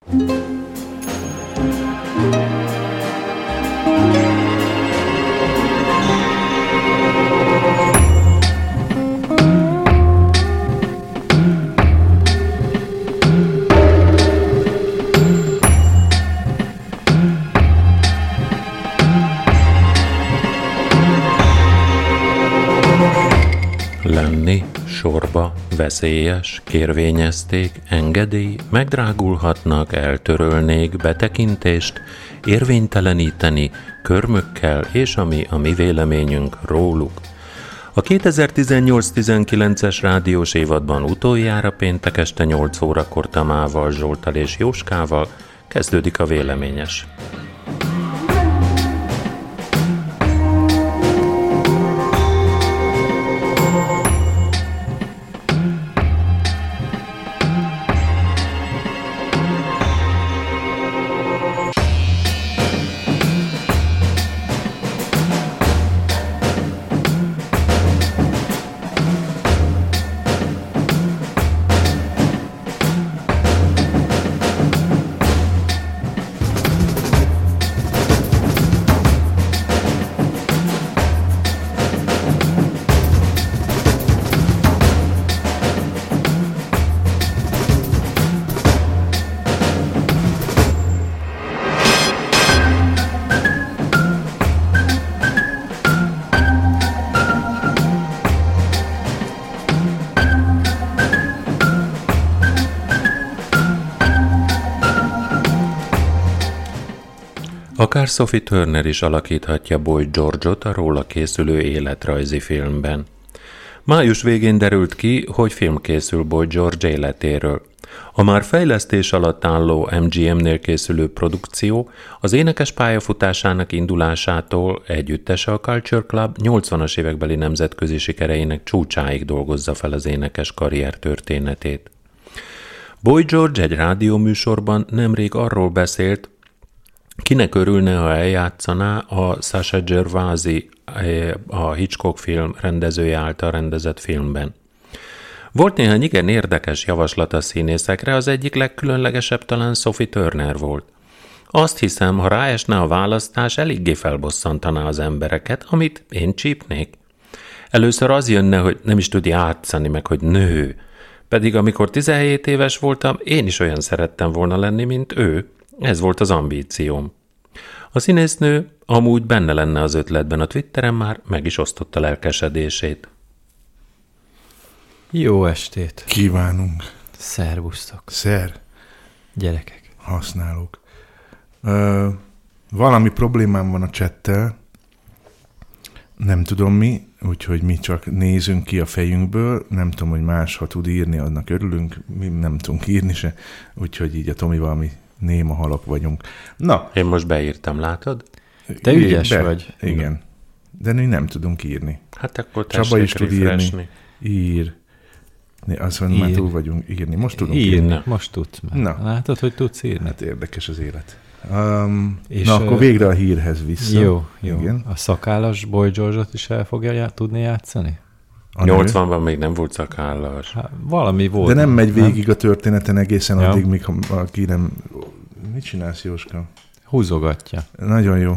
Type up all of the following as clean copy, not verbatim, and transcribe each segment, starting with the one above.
Lenni, sorba, veszélyes, kérvényezték, engedély, megdrágulhatnak, eltörölnék, betekintést, érvényteleníteni, körmökkel, és ami a mi véleményünk róluk. A 2018-19-es rádiós évadban utoljára péntek este 8 órakor Tamával, Zsolttal és Jóskával kezdődik a Véleményes. Akár Sophie Turner is alakíthatja Boy George-ot a róla készülő életrajzi filmben. Május végén derült ki, hogy film készül Boy George életéről. A már fejlesztés alatt álló MGM-nél készülő produkció az énekes pályafutásának indulásától együttese a Culture Club 80-as évekbeli nemzetközi sikereinek csúcsáig dolgozza fel az énekes karrier történetét. Boy George egy rádióműsorban nemrég arról beszélt, kinek örülne, ha eljátszaná a Sasha Gervasi, a Hitchcock film rendezője által rendezett filmben. Volt néhány igen érdekes javaslat a színészekre, az egyik legkülönlegesebb talán Sophie Turner volt. Azt hiszem, ha ráesne a választás, eléggé felbosszantaná az embereket, amit én csípnék. Először az jönne, hogy nem is tud játszani, meg hogy nő. Pedig amikor 17 éves voltam, én is olyan szerettem volna lenni, mint ő. Ez volt az ambícióm. A színésznő amúgy benne lenne az ötletben, a Twitteren már meg is osztotta lelkesedését. Jó estét! Kívánunk! Szervusztok! Gyerekek! Használók. Valami problémám van a chattel, nem tudom mi, úgyhogy mi csak nézünk ki a fejünkből, nem tudom, hogy más, ha tud írni, annak örülünk, mi nem tudunk írni se, úgyhogy így a Tomival mi néma halak vagyunk. Na. Én most beírtam, látod? Te ügyes vagy. Igen. De mi nem tudunk írni. Hát akkor Csaba is tud írni. Ír. Azt mondom, már túl vagyunk írni. Most tudunk írni. Most tudsz már. Na. Látod, hogy tudsz írni? Hát érdekes az élet. Na, akkor végre a hírhez vissza. Jó. Igen. A szakállas Boy George-ot is el fogja tudni játszani? 80-ban még nem volt szakállas. Hát, valami volt. De nem megy végig a történeten egészen addig, míg aki nem... Mit csinálsz, Jóska? Húzogatja. Nagyon jó.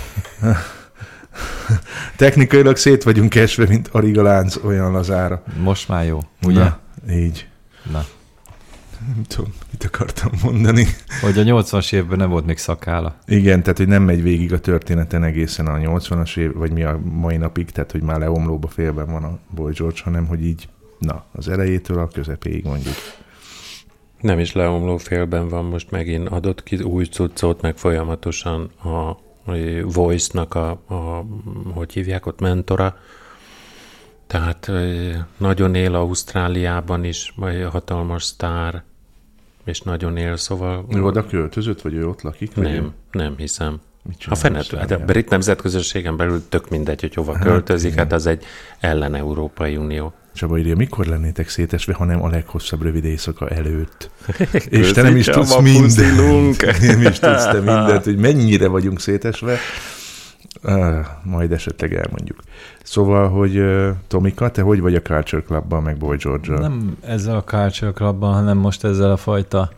Technikailag szét vagyunk esve, mint arigalánc, olyan lazára. Most már jó, ugye? Na, így. Na. Nem tudom, mit akartam mondani. Hogy a 80-as évben nem volt még szakála. Igen, tehát hogy nem megy végig a történeten egészen a 80-as év, vagy mi a mai napig, tehát hogy már leomlóba félben van a Boy George, hanem hogy így, na, az elejétől a közepéig mondjuk. Nem is leomló félben van, most megint adott ki új cuccot, meg folyamatosan a Voice-nak hogy hívják ott, mentora. Tehát nagyon él Ausztráliában is, vagy hatalmas sztár, és nagyon él, szóval... Ő oda költözött, vagy ő ott lakik? Nem hiszem. A fenet, hát a brit nemzetközösségen belül tök mindegy, hogy hova költözik, hát az egy ellen-Európai Unió. Csaba írja, mikor lennétek szétesve, hanem a leghosszabb rövid éjszaka előtt? És te nem is tudsz mindent. Nem is tudsz te mindent, hogy mennyire vagyunk szétesve. Majd esetleg elmondjuk. Szóval, hogy Tomika, te hogy vagy a Culture Clubban, meg Boy George-al? Nem ezzel a Culture Clubban, hanem most ezzel a fajta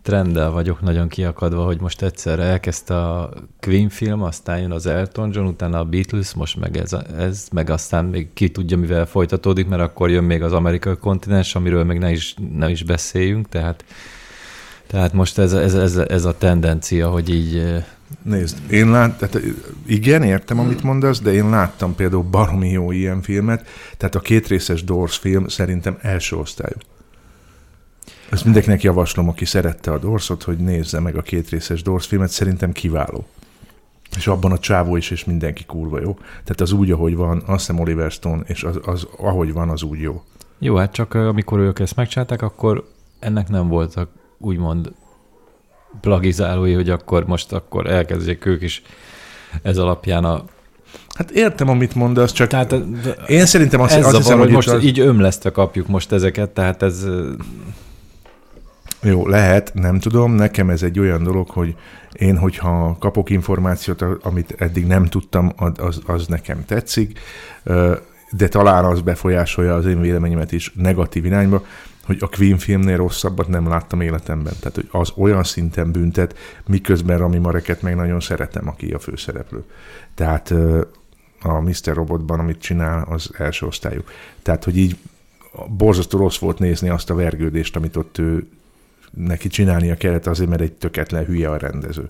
trenddel vagyok nagyon kiakadva, hogy most egyszerre elkezdte a Queen film, aztán jön az Elton John, utána a Beatles, most meg ez meg aztán még ki tudja, mivel folytatódik, mert akkor jön még az amerikai kontinens, amiről még ne is beszéljünk, tehát most ez a tendencia, hogy így... Nézd, tehát igen, értem, amit mondasz, de én láttam például baromi jó ilyen filmet, tehát a 2 részes Doors film szerintem első osztályú. Ezt mindenkinek javaslom, aki szerette a Doorsot, hogy nézze meg a 2 részes Doors filmet, szerintem kiváló. És abban a csávó is, és mindenki kurva jó. Tehát az úgy, ahogy van, azt hiszem Oliver Stone, és az ahogy van, az úgy jó. Jó, hát csak amikor ők ezt megcsinálták, akkor ennek nem voltak úgymond plagizálói, hogy akkor elkezdjék ők is ez alapján a... Hát értem, amit mondasz, csak tehát, én szerintem azt hiszem, hogy most így ömlesztve kapjuk most ezeket, tehát ez... Jó, lehet, nem tudom, nekem ez egy olyan dolog, hogy én, hogyha kapok információt, amit eddig nem tudtam, az nekem tetszik, de talán az befolyásolja az én véleményemet is negatív irányba, hogy a Queen filmnél rosszabbat nem láttam életemben. Tehát, hogy az olyan szinten büntet, miközben Rami Maleket meg nagyon szeretem, aki a főszereplő. Tehát a Mr. Robotban, amit csinál, az első osztályú. Tehát, hogy így borzasztó rossz volt nézni azt a vergődést, amit ott neki csinálnia kellett azért, mert egy tökéletlen hülye a rendező.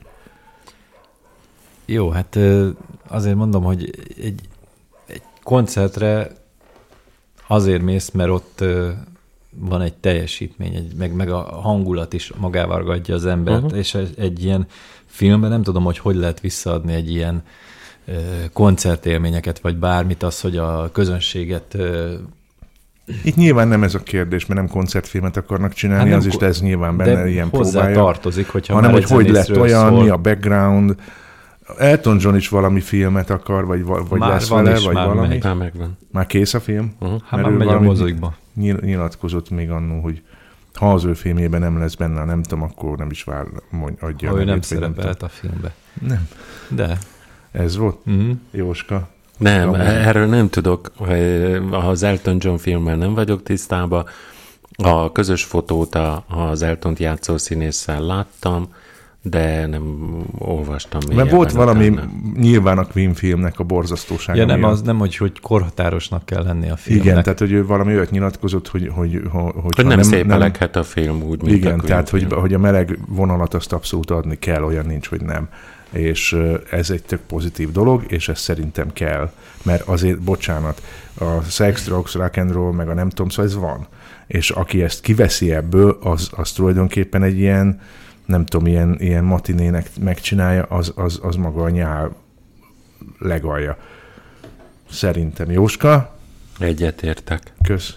Jó, hát azért mondom, hogy egy koncertre azért mész, mert ott van egy teljesítmény, meg a hangulat is magával ragadja az embert, és egy ilyen filmben nem tudom, hogy lehet visszaadni egy ilyen koncertélményeket, vagy bármit, az, hogy a közönséget... Itt nyilván nem ez a kérdés, mert nem koncertfilmet akarnak csinálni, hát az is ez nyilván benne ilyen próbálja. Tartozik, hogyha hanem, hogy lett olyan, szól. Mi a background. Elton John is valami filmet akar, vagy lesz vele, vagy valami. Már megvan. Már kész a film? Hát már megy a mozikba. Nyilatkozott még annól, hogy ha az ő filmjében nem lesz benne, nem tudom, akkor nem is adja. Ha ő nem szerepelt a filmbe. Nem. De. Ez volt? Jóska? Nem, erről nem tudok. Az Elton John filmmel nem vagyok tisztában. A közös fotót az Eltont játszó színésszel láttam, de nem olvastam még. Mert volt valami nyilván a Queen filmnek a borzasztósága. Ja, nem, hogy korhatárosnak kell lenni a filmnek. Igen, tehát hogy ő valami olyat nyilatkozott, hogy nem szépeleghet a film úgy, mint igen, a Queen tehát film. hogy a meleg vonalat azt abszolút adni kell, olyan nincs, hogy nem. És ez egy tök pozitív dolog, és ez szerintem kell. Mert azért, bocsánat, a sex, drugs, rock and roll, meg a nem tudom, szóval ez van. És aki ezt kiveszi ebből, az tulajdonképpen egy ilyen, nem tudom, ilyen matinének megcsinálja, az maga a nyál legalja. Szerintem. Jóska? Egyetértek. Kösz.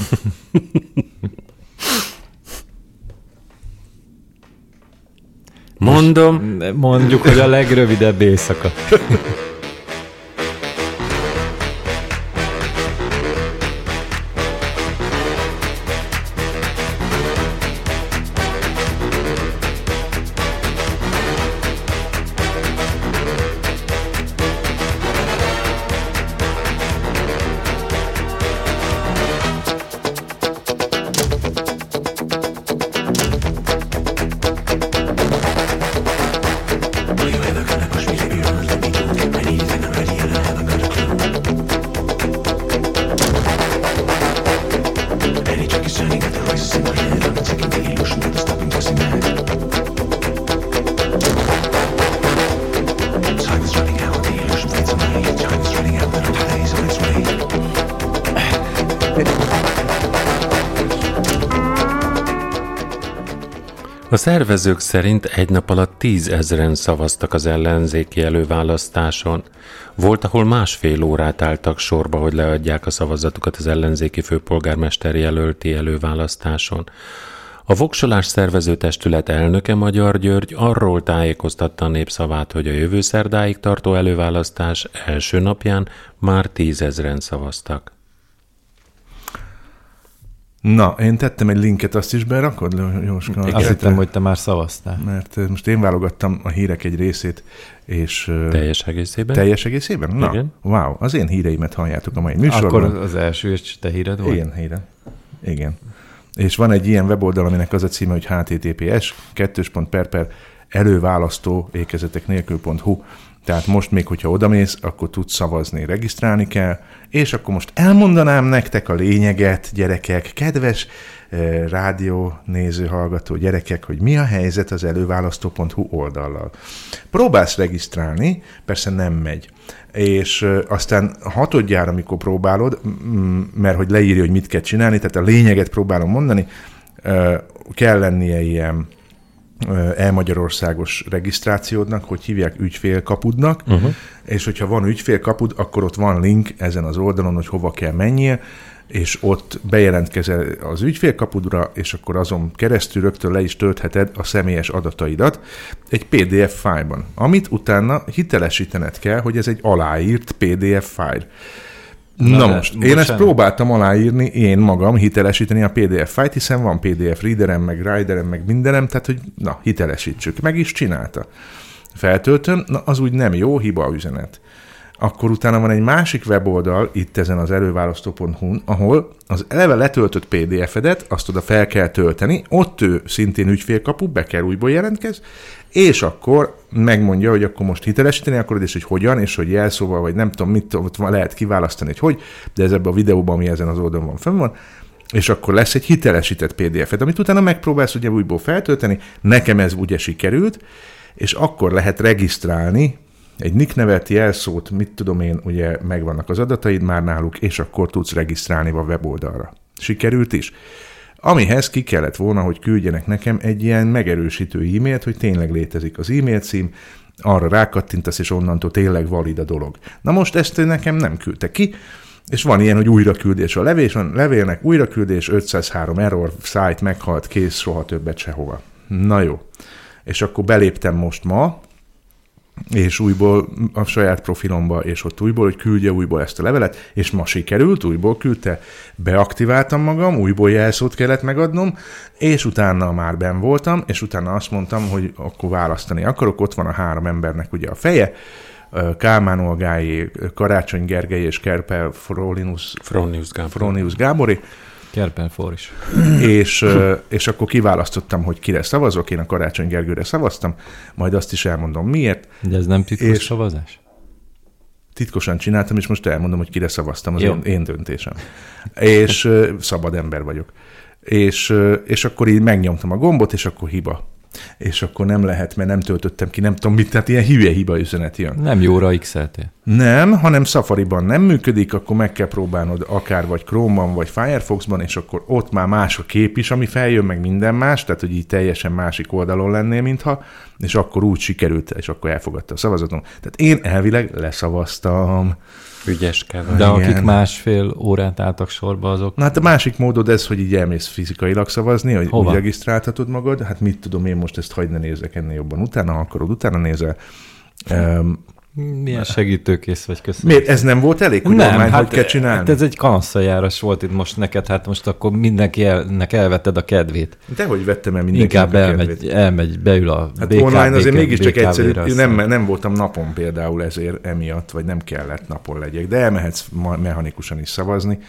Mondjuk, hogy a legrövidebb éjszaka. A szervezők szerint egy nap alatt 10 000-en szavaztak az ellenzéki előválasztáson. Volt, ahol másfél órát álltak sorba, hogy leadják a szavazatukat az ellenzéki főpolgármester jelölti előválasztáson. A voksolás szervezőtestület elnöke Magyar György arról tájékoztatta a Népszavát, hogy a jövő szerdáig tartó előválasztás első napján már 10 000-en szavaztak. Na, én tettem egy linket, azt is berakod, Jóska? Azt hittem, hogy te már szavaztál. Mert most én válogattam a hírek egy részét, és... Teljes egészében? Teljes egészében? Na, igen. Wow, az én híreimet halljátok a mai műsorban. Akkor az első, és te híred volt? Én hírem. Igen. és van egy ilyen weboldal, aminek az a címe, hogy https://előválasztó ékezetek nélkül.hu. Tehát most még, hogyha odamész, akkor tudsz szavazni, regisztrálni kell, és akkor most elmondanám nektek a lényeget, gyerekek, kedves rádió néző, hallgató gyerekek, hogy mi a helyzet az előválasztó.hu oldallal. Próbálsz regisztrálni, persze nem megy. És aztán hatodjára, amikor próbálod, mert hogy leírja, hogy mit kell csinálni, tehát a lényeget próbálom mondani, kell lennie ilyen e-magyarországos regisztrációdnak, hogy hívják ügyfélkapudnak, és hogyha van ügyfélkapud, akkor ott van link ezen az oldalon, hogy hova kell menjél, és ott bejelentkezel az ügyfélkapudra, és akkor azon keresztül rögtön le is töltheted a személyes adataidat egy PDF fájlban, amit utána hitelesítened kell, hogy ez egy aláírt PDF fájl. Na most, én ezt próbáltam aláírni, én magam hitelesíteni a PDF fájlt, hiszen van PDF readerem, meg riderem, meg mindenem, tehát hogy na, hitelesítsük. Meg is csinálta. Feltöltöm, na az úgy nem jó, hiba üzenet. Akkor utána van egy másik weboldal, itt ezen az előválasztó.hu-n, ahol az eleve letöltött PDF-edet, azt oda fel kell tölteni, ott ő szintén ügyfélkapu, be kell újból jelentkez, és akkor megmondja, hogy akkor most hitelesíteni akarod, és hogy hogyan, és hogy jelszóval, vagy nem tudom, mit ott lehet kiválasztani, hogy de ez ebben a videóban, ami ezen az oldalon van, fönn van, és akkor lesz egy hitelesített PDF-ed, amit utána megpróbálsz ugye újból feltölteni, nekem ez ugye sikerült, és akkor lehet regisztrálni, egy nick nevet, jelszót, mit tudom én, ugye megvannak az adataid már náluk, és akkor tudsz regisztrálni a weboldalra. Sikerült is. Amihez ki kellett volna, hogy küldjenek nekem egy ilyen megerősítő e-mailt, hogy tényleg létezik az e-mail cím, arra rákattintasz, és onnantól tényleg valid a dolog. Na most ezt nekem nem küldte ki, és van ilyen, hogy újraküldés a levélnek, újraküldés, 503 error, site meghalt, kész, soha többet sehova. Na jó. És akkor beléptem most ma, és újból a saját profilomba, és ott újból, hogy küldje újból ezt a levelet, és ma sikerült, újból küldte, beaktiváltam magam, újból jelszót kellett megadnom, és utána már benn voltam, és utána azt mondtam, hogy akkor választani akarok, ott van a 3 embernek ugye a feje, Kálmán Olgáé, Karácsony Gergely és Kerpel Fronius Gábori, Kerpenfor is. És akkor kiválasztottam, hogy kire szavazok, én a Karácsony Gergőre szavaztam, majd azt is elmondom miért. De ez nem titkos szavazás? Titkosan csináltam, és most elmondom, hogy kire szavaztam, az én döntésem. És szabad ember vagyok. És akkor így megnyomtam a gombot, és akkor hiba. És akkor nem lehet, mert nem töltöttem ki, nem tudom mit, tehát ilyen hülye hiba üzenet jön. Nem jóra X-eltél. Nem, hanem Safari-ban nem működik, akkor meg kell próbálnod akár vagy Chrome-ban, vagy Firefox-ban, és akkor ott már más a kép is, ami feljön, meg minden más, tehát hogy így teljesen másik oldalon lennél, mintha, és akkor úgy sikerült, és akkor elfogadta a szavazatom. Tehát én elvileg leszavaztam. Ügyeskedve. De igen. Akik másfél órát álltak sorba, azok... Na hát a másik módod ez, hogy így elmész fizikailag szavazni, hogy úgy regisztráltatod magad, hát mit tudom én most ezt hagyd ne nézzek ennél jobban utána, ha akarod, utána nézel. Milyen segítőkész vagy, köszönöm. Miért? Ez nem volt elég, hogy nem, hogy kell csinálni? Hát ez egy kanasszajárás volt itt most neked, hát most akkor mindenkinek elvetted a kedvét. Dehogy vettem el mindenkinek a kedvét. Inkább elmegy, beül a hát online azért mégiscsak egyszerű, nem voltam napon például ezért emiatt, vagy nem kellett napon legyek, de elmehetsz mechanikusan is szavazni.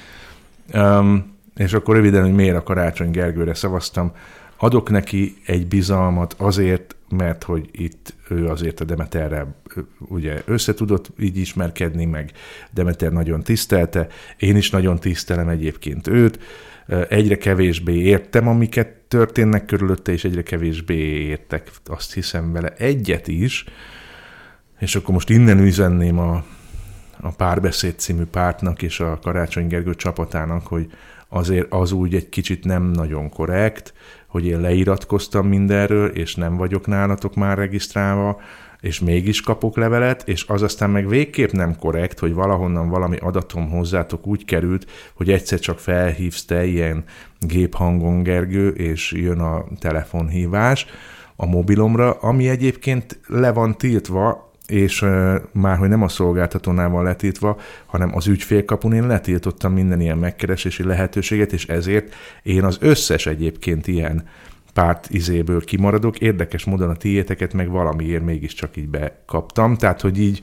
És akkor röviden, hogy miért a Karácsony Gergőre szavaztam. Adok neki egy bizalmat azért, mert hogy itt ő azért a Demeterrel ugye összetudott így ismerkedni, meg Demeter nagyon tisztelte, én is nagyon tisztelem egyébként őt, egyre kevésbé értem, amiket történnek körülötte, és egyre kevésbé értek, azt hiszem vele egyet is, és akkor most innen üzenném a Párbeszéd című pártnak és a Karácsony Gergő csapatának, hogy azért az úgy egy kicsit nem nagyon korrekt, hogy én leiratkoztam mindenről, és nem vagyok nálatok már regisztrálva, és mégis kapok levelet, és az aztán meg végképp nem korrekt, hogy valahonnan valami adatom hozzátok úgy került, hogy egyszer csak felhívsz te ilyen géphangon, Gergő, és jön a telefonhívás a mobilomra, ami egyébként le van tiltva, és már, hogy nem a szolgáltatónál van letiltva, hanem az ügyfélkapun én letiltottam minden ilyen megkeresési lehetőséget, és ezért én az összes egyébként ilyen párt izéből kimaradok. Érdekes módon a tiéteket meg valamiért mégiscsak így bekaptam, tehát, hogy így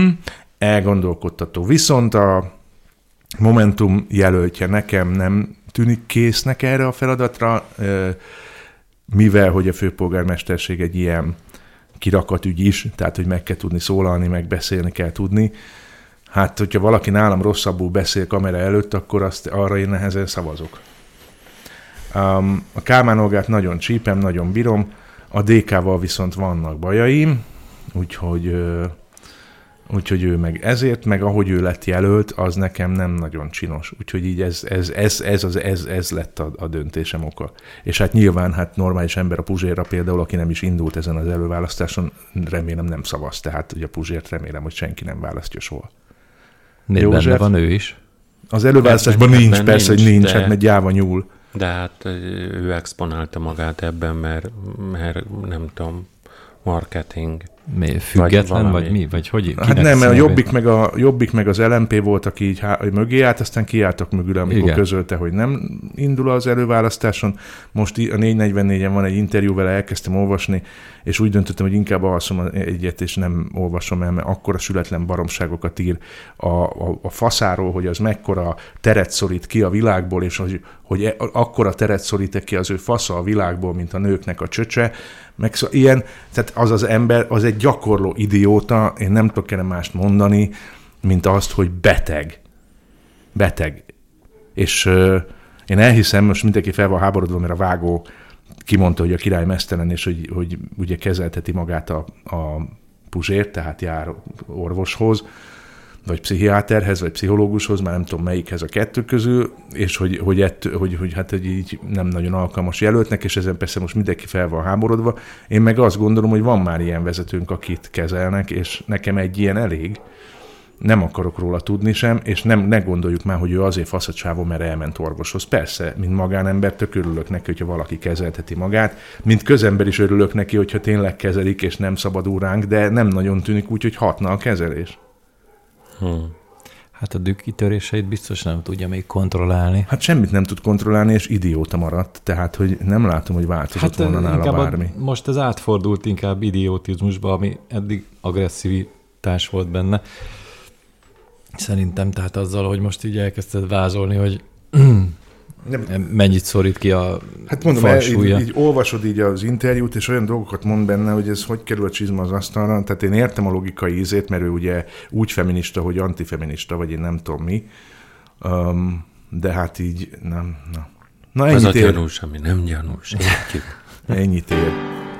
elgondolkodtató. Viszont a Momentum jelöltje nekem nem tűnik késznek erre a feladatra, mivel hogy a főpolgármesterség egy ilyen kirakatügy is, tehát hogy meg kell tudni szólalni, meg beszélni kell tudni. Hát, hogyha valaki nálam rosszabbul beszél kamera előtt, akkor arra én nehezen szavazok. A Kálmán Olgát nagyon csípem, nagyon bírom, a DK-val viszont vannak bajaim, úgyhogy ő meg ezért, meg ahogy ő lett jelölt, az nekem nem nagyon csinos. Úgyhogy így ez lett a döntésem oka. És hát nyilván normális ember a Puzsérra például, aki nem is indult ezen az előválasztáson, remélem nem szavaz. Tehát ugye a Puzsért remélem, hogy senki nem választja soha. Benne van ő is? Az előválasztásban nincs, persze, hogy nincs, hát mert gyáva nyúl. De hát ő exponálta magát ebben, mert nem tudom, marketing. Független, vagy mi? Vagy hogy? Hát nem, mert a Jobbik meg az LMP volt, aki így mögé állt, aztán kiálltak mögül, amikor közölte, hogy nem indul az előválasztáson. Most a 444-en van egy interjú vele, elkezdtem olvasni, és úgy döntöttem, hogy inkább alszom egyet, és nem olvasom el, mert akkora sületlen baromságokat ír a faszáról, hogy az mekkora teret szorít ki a világból, és hogy akkora teret szorít ki az ő fasza a világból, mint a nőknek a csöcse, meg ilyen, tehát az ember, az egy gyakorló idióta, én nem tudok erre mást mondani, mint azt, hogy beteg. Beteg. És én elhiszem, most mindenki fel van háborodva, mert a vágó kimondta, hogy a király meztelen, és hogy ugye kezelteti magát a Puzsért, tehát jár orvoshoz, vagy pszichiáterhez, vagy pszichológushoz, már nem tudom melyikhez a kettő közül, és hogy így nem nagyon alkalmas jelöltnek, és ezen persze most mindenki fel van háborodva. Én meg azt gondolom, hogy van már ilyen vezetőnk, akit kezelnek, és nekem egy ilyen elég. Nem akarok róla tudni sem, és ne gondoljuk már, hogy ő azért faszacsávó, mert elment orvoshoz. Persze, mint magánember tök örülök neki, hogyha valaki kezelheti magát, mint közember is örülök neki, hogyha tényleg kezelik, és nem szabadul ránk, de nem nagyon tűnik úgy, hogy hatna a kezelés. Hát a dükkitöréseit biztos nem tudja még kontrollálni. Hát semmit nem tud kontrollálni, és idióta maradt, tehát hogy nem látom, hogy változott volna nála bármi. Most ez átfordult inkább idiótizmusba, ami eddig agresszivitás volt benne. Szerintem, tehát azzal, hogy most így elkezdted vázolni, hogy mennyit szorít ki a hát mondom, falsúlya. Így olvasod így az interjút, és olyan dolgokat mond benne, hogy ez hogy kerül a csizma az asztalra. Tehát én értem a logikai ízét, mert ő ugye úgy feminista, hogy antifeminista, vagy én nem tudom mi. De hát így nem. Na az a gyanús, ami nem gyanús. Értjük. Ennyit ér.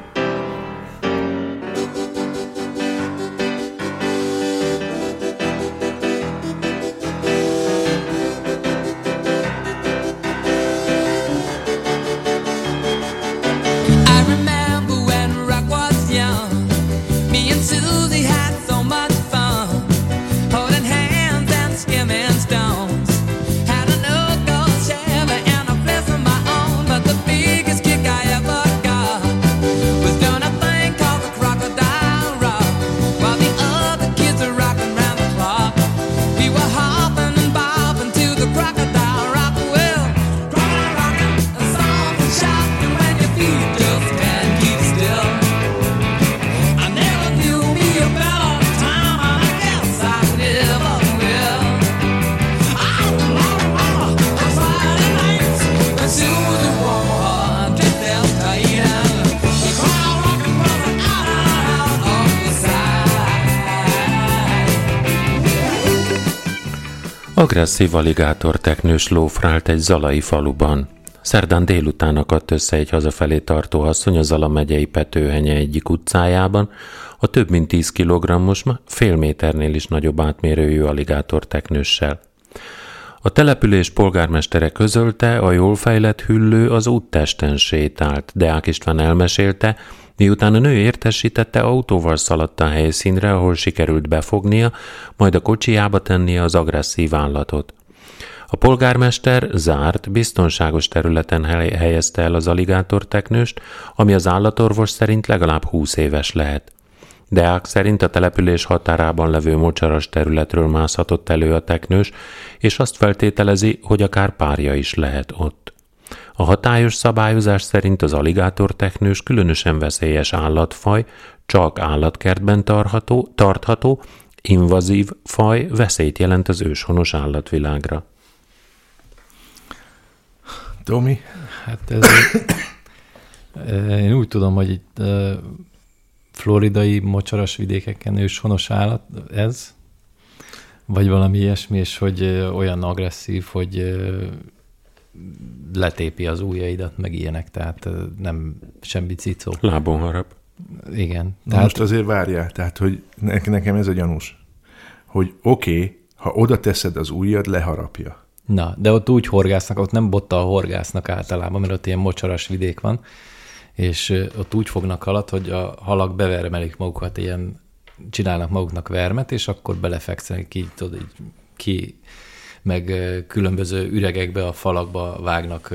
Agresszív aligátorteknős lófrált egy zalai faluban. Szerdán délután akadt össze egy hazafelé tartó asszony a Zala megyei Petőhenye egyik utcájában, a több mint 10 kilogrammos, fél méternél is nagyobb átmérőjű aligátorteknőssel. A település polgármestere közölte, a jól fejlett hüllő az úttesten sétált. Deák István elmesélte, miután a nő értesítette, autóval szaladt a helyszínre, ahol sikerült befognia, majd a kocsijába tennie az agresszív állatot. A polgármester zárt, biztonságos területen helyezte el az aligátorteknőst, ami az állatorvos szerint legalább 20 éves lehet. Deák szerint a település határában levő mocsaras területről mászhatott elő a teknős, és azt feltételezi, hogy akár párja is lehet ott. A hatályos szabályozás szerint az aligátorteknős különösen veszélyes állatfaj, csak állatkertben tartható, invazív faj, veszélyt jelent az őshonos állatvilágra. Tomi? Hát ez... Én úgy tudom, hogy itt floridai mocsaras vidékeken őshonos állat ez, vagy valami ilyesmi, és hogy olyan agresszív, hogy letépi az ujjaidat, meg ilyenek, tehát nem semmi cicó. Lábon harap. Igen. Tehát... Most azért várjál, tehát hogy nekem ez a gyanús, hogy oké, ha oda teszed az ujjad, leharapja. Na, de ott úgy horgásznak, ott nem bottal horgásznak általában, mert ott ilyen mocsaras vidék van, és ott úgy fognak halat, hogy a halak bevermelik magukat, ilyen csinálnak maguknak vermet, és akkor belefekszenek ki, meg különböző üregekbe, a falakba vágnak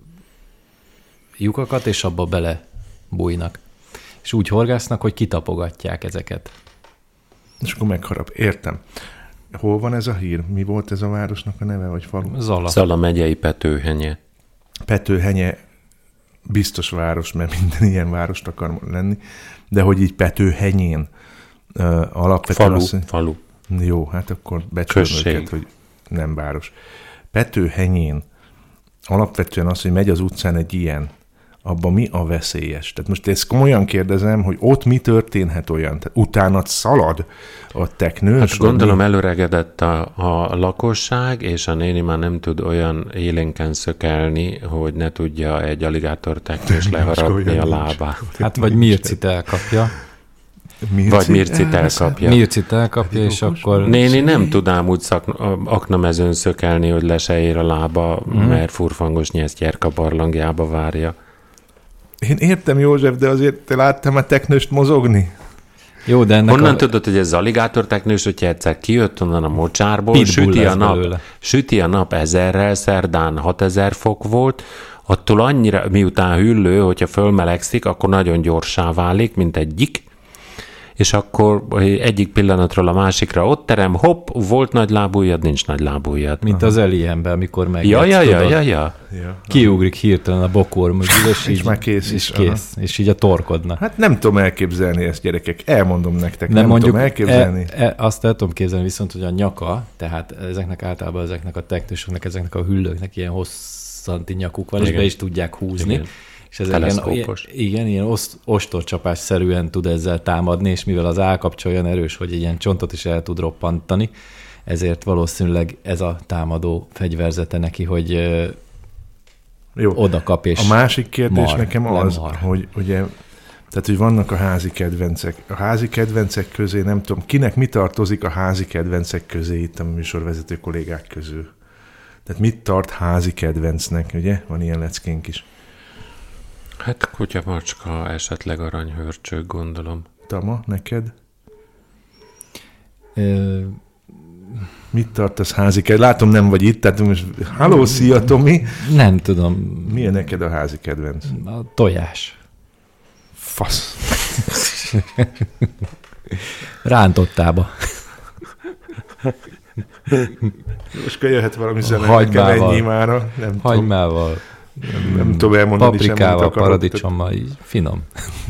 lyukakat, és abba belebújnak. És úgy horgásznak, hogy kitapogatják ezeket. És akkor megharap. Értem. Hol van ez a hír? Mi volt ez a városnak a neve, vagy falu? Zala megyei Petőhenye. Petőhenye biztos város, mert minden ilyen várost akar lenni, de hogy így Petőhenyén alapvetően... Falu. Jó, hát akkor becsülöm őket, hogy nem város. Petőhenyén alapvetően az, hogy megy az utcán egy ilyen, abban mi a veszélyes? Tehát most ezt komolyan kérdezem, hogy ott mi történhet olyan? Tehát utána szalad a teknős? Hát gondolom előregedett a lakosság, és a néni már nem tud olyan élénken szökelni, hogy ne tudja egy alligátorteknős leharapni a lábát. Hát vagy Mircit elkapja. Vagy Mircit elkapja. Mircit elkapja, és akkor... Néni nem tud ám úgy aknamezőn szökelni, hogy le se ér a lába, mert furfangos nyesztyerka barlangjába várja. Én értem, József, de azért te láttam a teknőst mozogni? Jó, de ennek honnan tudod, hogy ez alligátorteknős, hogyha egyszer kijött onnan a mocsárból, süti a nap 1000-rel, szerdán 6000 fok volt, attól annyira, miután hüllő, hogyha fölmelegszik, akkor nagyon gyorsá válik, mint egy gyik, és akkor egyik pillanatról a másikra ott terem, hopp, volt nagy lábújjad, nincs nagy lábújad. Mint az Alienben, amikor megjátsz, ja. Kiugrik hirtelen a bokor mögül, és már kész. És kész. És így a torkodna. Hát nem tudom elképzelni ezt, gyerekek. Elmondom nektek, nem tudom elképzelni. Azt el tudom képzelni viszont, hogy a nyaka, tehát ezeknek a teknősöknek, ezeknek a hüllőknek ilyen hosszanti nyakuk van, igen. És be is tudják húzni. Igen. És ez ilyen ostorcsapásszerűen tud ezzel támadni, és mivel az állkapcsa olyan erős, hogy egy ilyen csontot is el tud roppantani, ezért valószínűleg ez a támadó fegyverzete neki, hogy oda kap, és a másik kérdés nekem az, hogy ugye, tehát, hogy vannak a házi kedvencek. A házi kedvencek közé nem tudom, kinek mi tartozik a házi kedvencek közé itt a műsorvezető kollégák közül. Tehát mit tart házi kedvencnek, ugye? Van ilyen leckénk is. Hát kutya, macska, esetleg aranyhörcsög, gondolom. Tama, neked? Mit tartasz házi kedvenc? Látom, nem vagy itt, tehát most... Halló, szia, Tomi! Nem tudom. Mi a neked a házi kedvenc? A tojás. Fasz. Rántottába. Most jöhet valami zenekem ennyi mára. Hagymával. Nem tudom elmondani sem, paprikával, paradicsommal, így finom.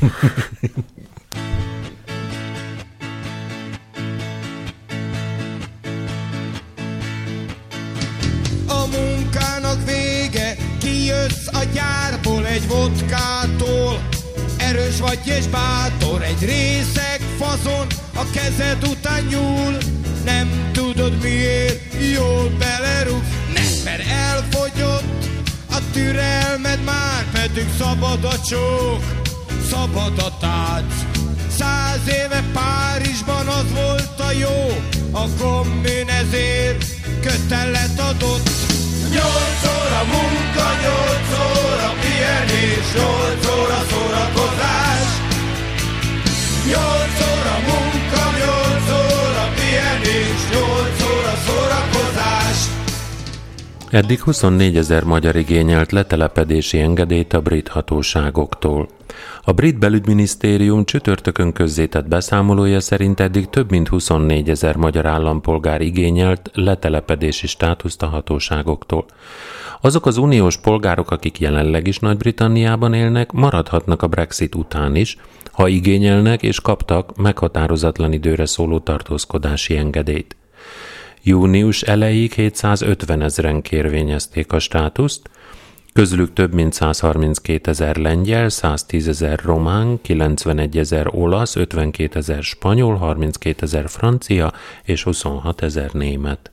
A munkának vége, kijössz a gyárból egy vodkától. Erős vagy és bátor, egy részeg fazon, a kezed után nyúl. Nem tudod miért, jól belerúgsz, mert elfogyott a türelmed már, pedig szabad a csók, szabad a tánc. 100 éve Párizsban az volt a jó, a kommun ezért kötelet adott. 8 óra munka, 8 óra pihenés, 8 óra szórakozás. 8 óra munka, 8 óra pihenés, 8 óra szórakozás. Eddig 24 000 magyar igényelt letelepedési engedélyt a brit hatóságoktól. A brit belügyminisztérium csütörtökön közzétett beszámolója szerint eddig több mint 24 000 magyar állampolgár igényelt letelepedési státuszt a hatóságoktól. Azok az uniós polgárok, akik jelenleg is Nagy-Britanniában élnek, maradhatnak a Brexit után is, ha igényelnek és kaptak meghatározatlan időre szóló tartózkodási engedélyt. Június elejéig 750 000-en kérvényezték a státuszt, Közülük több mint 132 000 lengyel, 110 000 román, 91 000 olasz, 52 000 spanyol, 32 000 francia és 26 000 német.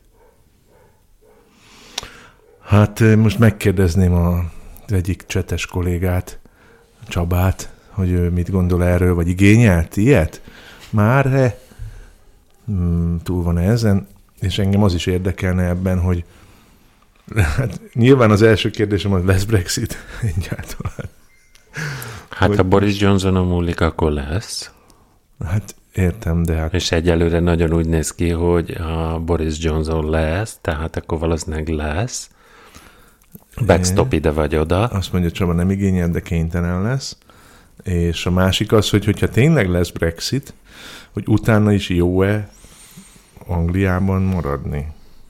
Hát most megkérdezném az egyik csetes kollégát, Csabát, hogy ő mit gondol erről, vagy igényelt ilyet? Már túl van ezen, és engem az is érdekelne ebben, hogy hát nyilván az első kérdésem, hogy lesz Brexit egyáltalán. Hát hogy... ha Boris Johnsonon múlik, akkor lesz. Hát értem, de hát... És egyelőre nagyon úgy néz ki, hogy a Boris Johnson lesz, tehát akkor valószínűleg lesz. Backstop ide vagy oda. Azt mondja, Csaba nem igényel, de kénytelen lesz. És a másik az, hogyha tényleg lesz Brexit, hogy utána is jó-e Angliában maradni?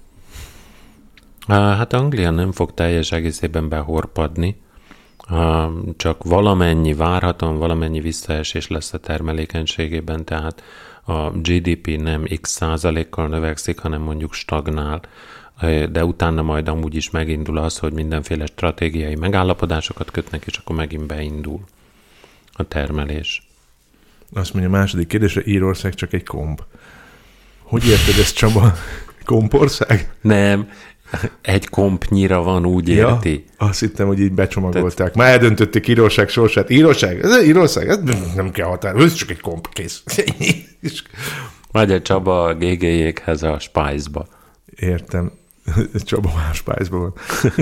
Hát Anglia nem fog teljes egészében behorpadni, csak valamennyi várhatóan, valamennyi visszaesés lesz a termelékenységében, tehát a GDP nem x százalékkal növekszik, hanem mondjuk stagnál, de utána majd amúgy is megindul az, hogy mindenféle stratégiai megállapodásokat kötnek, és akkor megint beindul a termelés. Azt mondja, a második kérdésre, Írország csak egy komp. Hogy érted ezt, Csaba? Kompország? Nem, egy kompnyira van, úgy érti. Ja, azt hittem, hogy így becsomagolták. Már eldöntötték Írország sorsát. Írország? Ez nem kell határ. Ez csak egy komp, kész. Vagy a Csaba a GG-jékhez a Spice-ba. Értem. Csaba már Spice-ba van.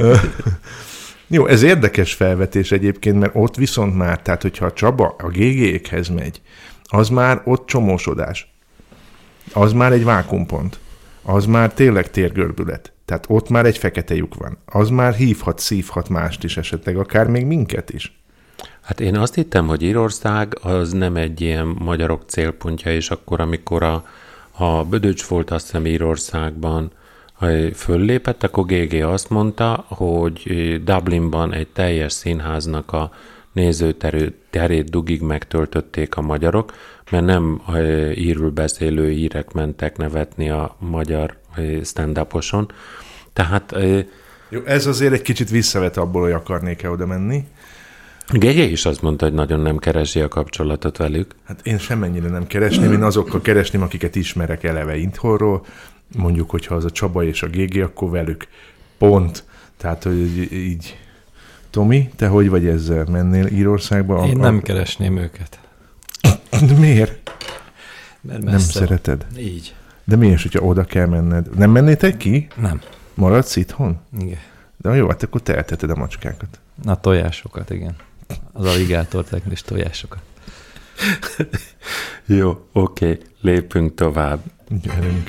Jó, ez érdekes felvetés egyébként, mert ott viszont már, tehát hogyha a Csaba a GG-ékhez megy, az már ott csomósodás. Az már egy vákumpont. Az már tényleg térgörbület. Tehát ott már egy fekete lyuk van. Az már hívhat, szívhat mást is esetleg, akár még minket is. Hát én azt hittem, hogy Írország az nem egy ilyen magyarok célpontja, és akkor, amikor a Bödöcs volt azt hiszem Írországban föllépett, akkor GG azt mondta, hogy Dublinban egy teljes színháznak a nézőterét dugig megtöltötték a magyarok, mert nem írül beszélő írek mentek nevetni a magyar stand-uposon. Tehát... Jó, ez azért egy kicsit visszavet abból, hogy akarnék-e oda menni. GG is azt mondta, hogy nagyon nem keresi a kapcsolatot velük. Hát én semmennyire nem keresném, én azokkal keresném, akiket ismerek eleve itthonról. Mondjuk, hogyha az a Csaba és a GG, akkor velük. Pont. Tehát, hogy így... Tomi, te hogy vagy ezzel? Mennél Írországba? Én nem keresném őket. Miért? Mert nem szereted? Így. De miért, hogyha oda kell menned? Nem mennétek ki? Nem. Maradsz itthon? Igen. De jó, hát akkor te elteted a macskákat. Na, tojásokat, igen. Az aligátor teknis tojásokat. Jó, oké, lépünk tovább. Gyerünk.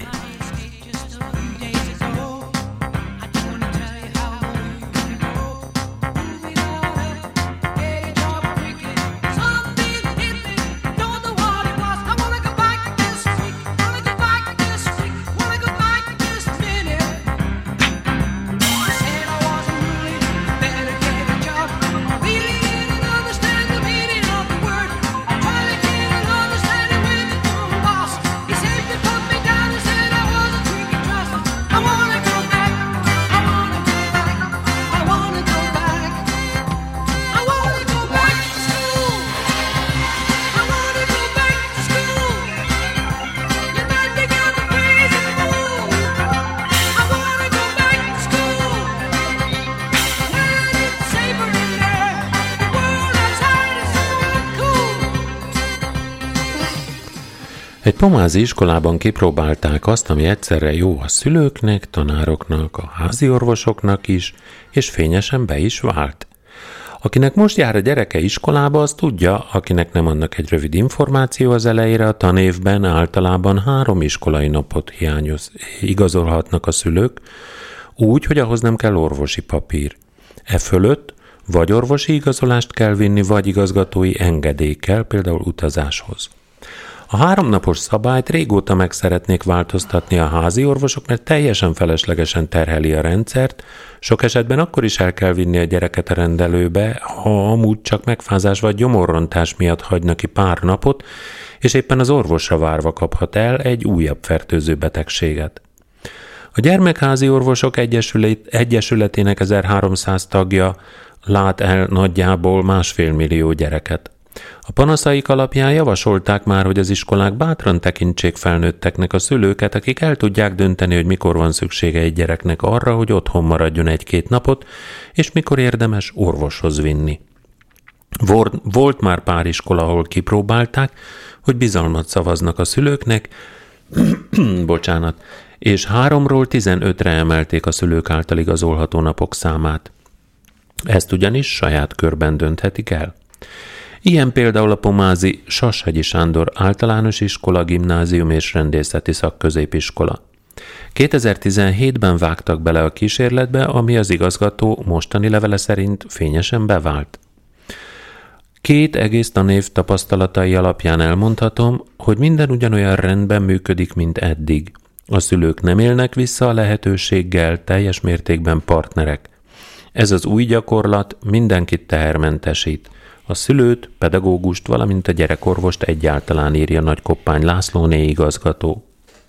Egy pomázi iskolában kipróbálták azt, ami egyszerre jó a szülőknek, tanároknak, a háziorvosoknak is, és fényesen be is vált. Akinek most jár a gyereke iskolába, az tudja, akinek nem annak egy rövid információ az elejére, a tanévben általában 3 iskolai napot igazolhatnak a szülők, úgy, hogy ahhoz nem kell orvosi papír. E fölött vagy orvosi igazolást kell vinni, vagy igazgatói engedély kell, például utazáshoz. A 3 napos szabályt régóta meg szeretnék változtatni a házi orvosok, mert teljesen feleslegesen terheli a rendszert, sok esetben akkor is el kell vinni a gyereket a rendelőbe, ha amúgy csak megfázás vagy gyomorrontás miatt hagyna ki pár napot, és éppen az orvosra várva kaphat el egy újabb fertőző betegséget. A Gyermekházi Orvosok Egyesületének 1300 tagja lát el nagyjából 1,5 millió gyereket. A panaszaik alapján javasolták már, hogy az iskolák bátran tekintsék felnőtteknek a szülőket, akik el tudják dönteni, hogy mikor van szüksége egy gyereknek arra, hogy otthon maradjon 1-2 napot, és mikor érdemes orvoshoz vinni. Volt már pár iskola, ahol kipróbálták, hogy bizalmat szavaznak a szülőknek, bocsánat, és 3-ról 15-re emelték a szülők által igazolható napok számát. Ezt ugyanis saját körben dönthetik el. Ilyen például a pomázi Sashegyi Sándor általános iskola, gimnázium és rendészeti szakközépiskola. 2017-ben vágtak bele a kísérletbe, ami az igazgató mostani levele szerint fényesen bevált. 2 egész tanév tapasztalatai alapján elmondhatom, hogy minden ugyanolyan rendben működik, mint eddig. A szülők nem élnek vissza a lehetőséggel, teljes mértékben partnerek. Ez az új gyakorlat mindenkit tehermentesít. A szülőt, pedagógust, valamint a gyerekorvost egyáltalán, írja Nagykoppány Lászlóné igazgató.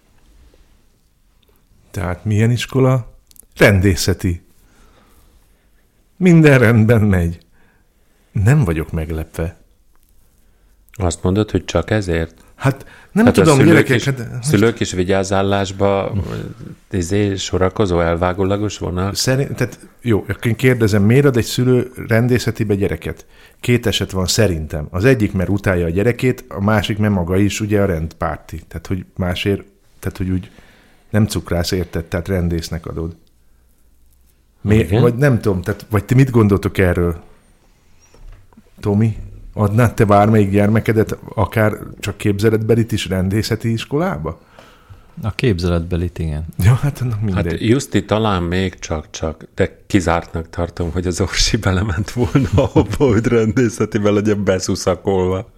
Tehát milyen iskola? Rendészeti. Minden rendben megy. Nem vagyok meglepve. Azt mondod, hogy csak ezért? Hát nem tudom, gyerekek... Szülők is vigyázállásba sorakozó, elvágólagos vonal? Tehát jó, akkor kérdezem, miért ad egy szülő rendészetibe gyereket? 2 eset van szerintem. Az egyik, mert utálja a gyerekét, a másik, mert maga is ugye a rendpárti. Tehát, hogy másért, tehát, hogy úgy nem cukrász, érted, tehát rendésznek adod. Vagy nem tudom, tehát, vagy ti mit gondoltok erről? Tomi? Adnád te bármelyik gyermekedet, akár csak képzeletbelit is rendészeti iskolába? A képzeletbelit, igen. Ja, hát annak mindegy. Hát Juszti talán még csak, de kizártnak tartom, hogy az Orsi belement volna abba, hogy rendészetivel legyen beszuszakolva.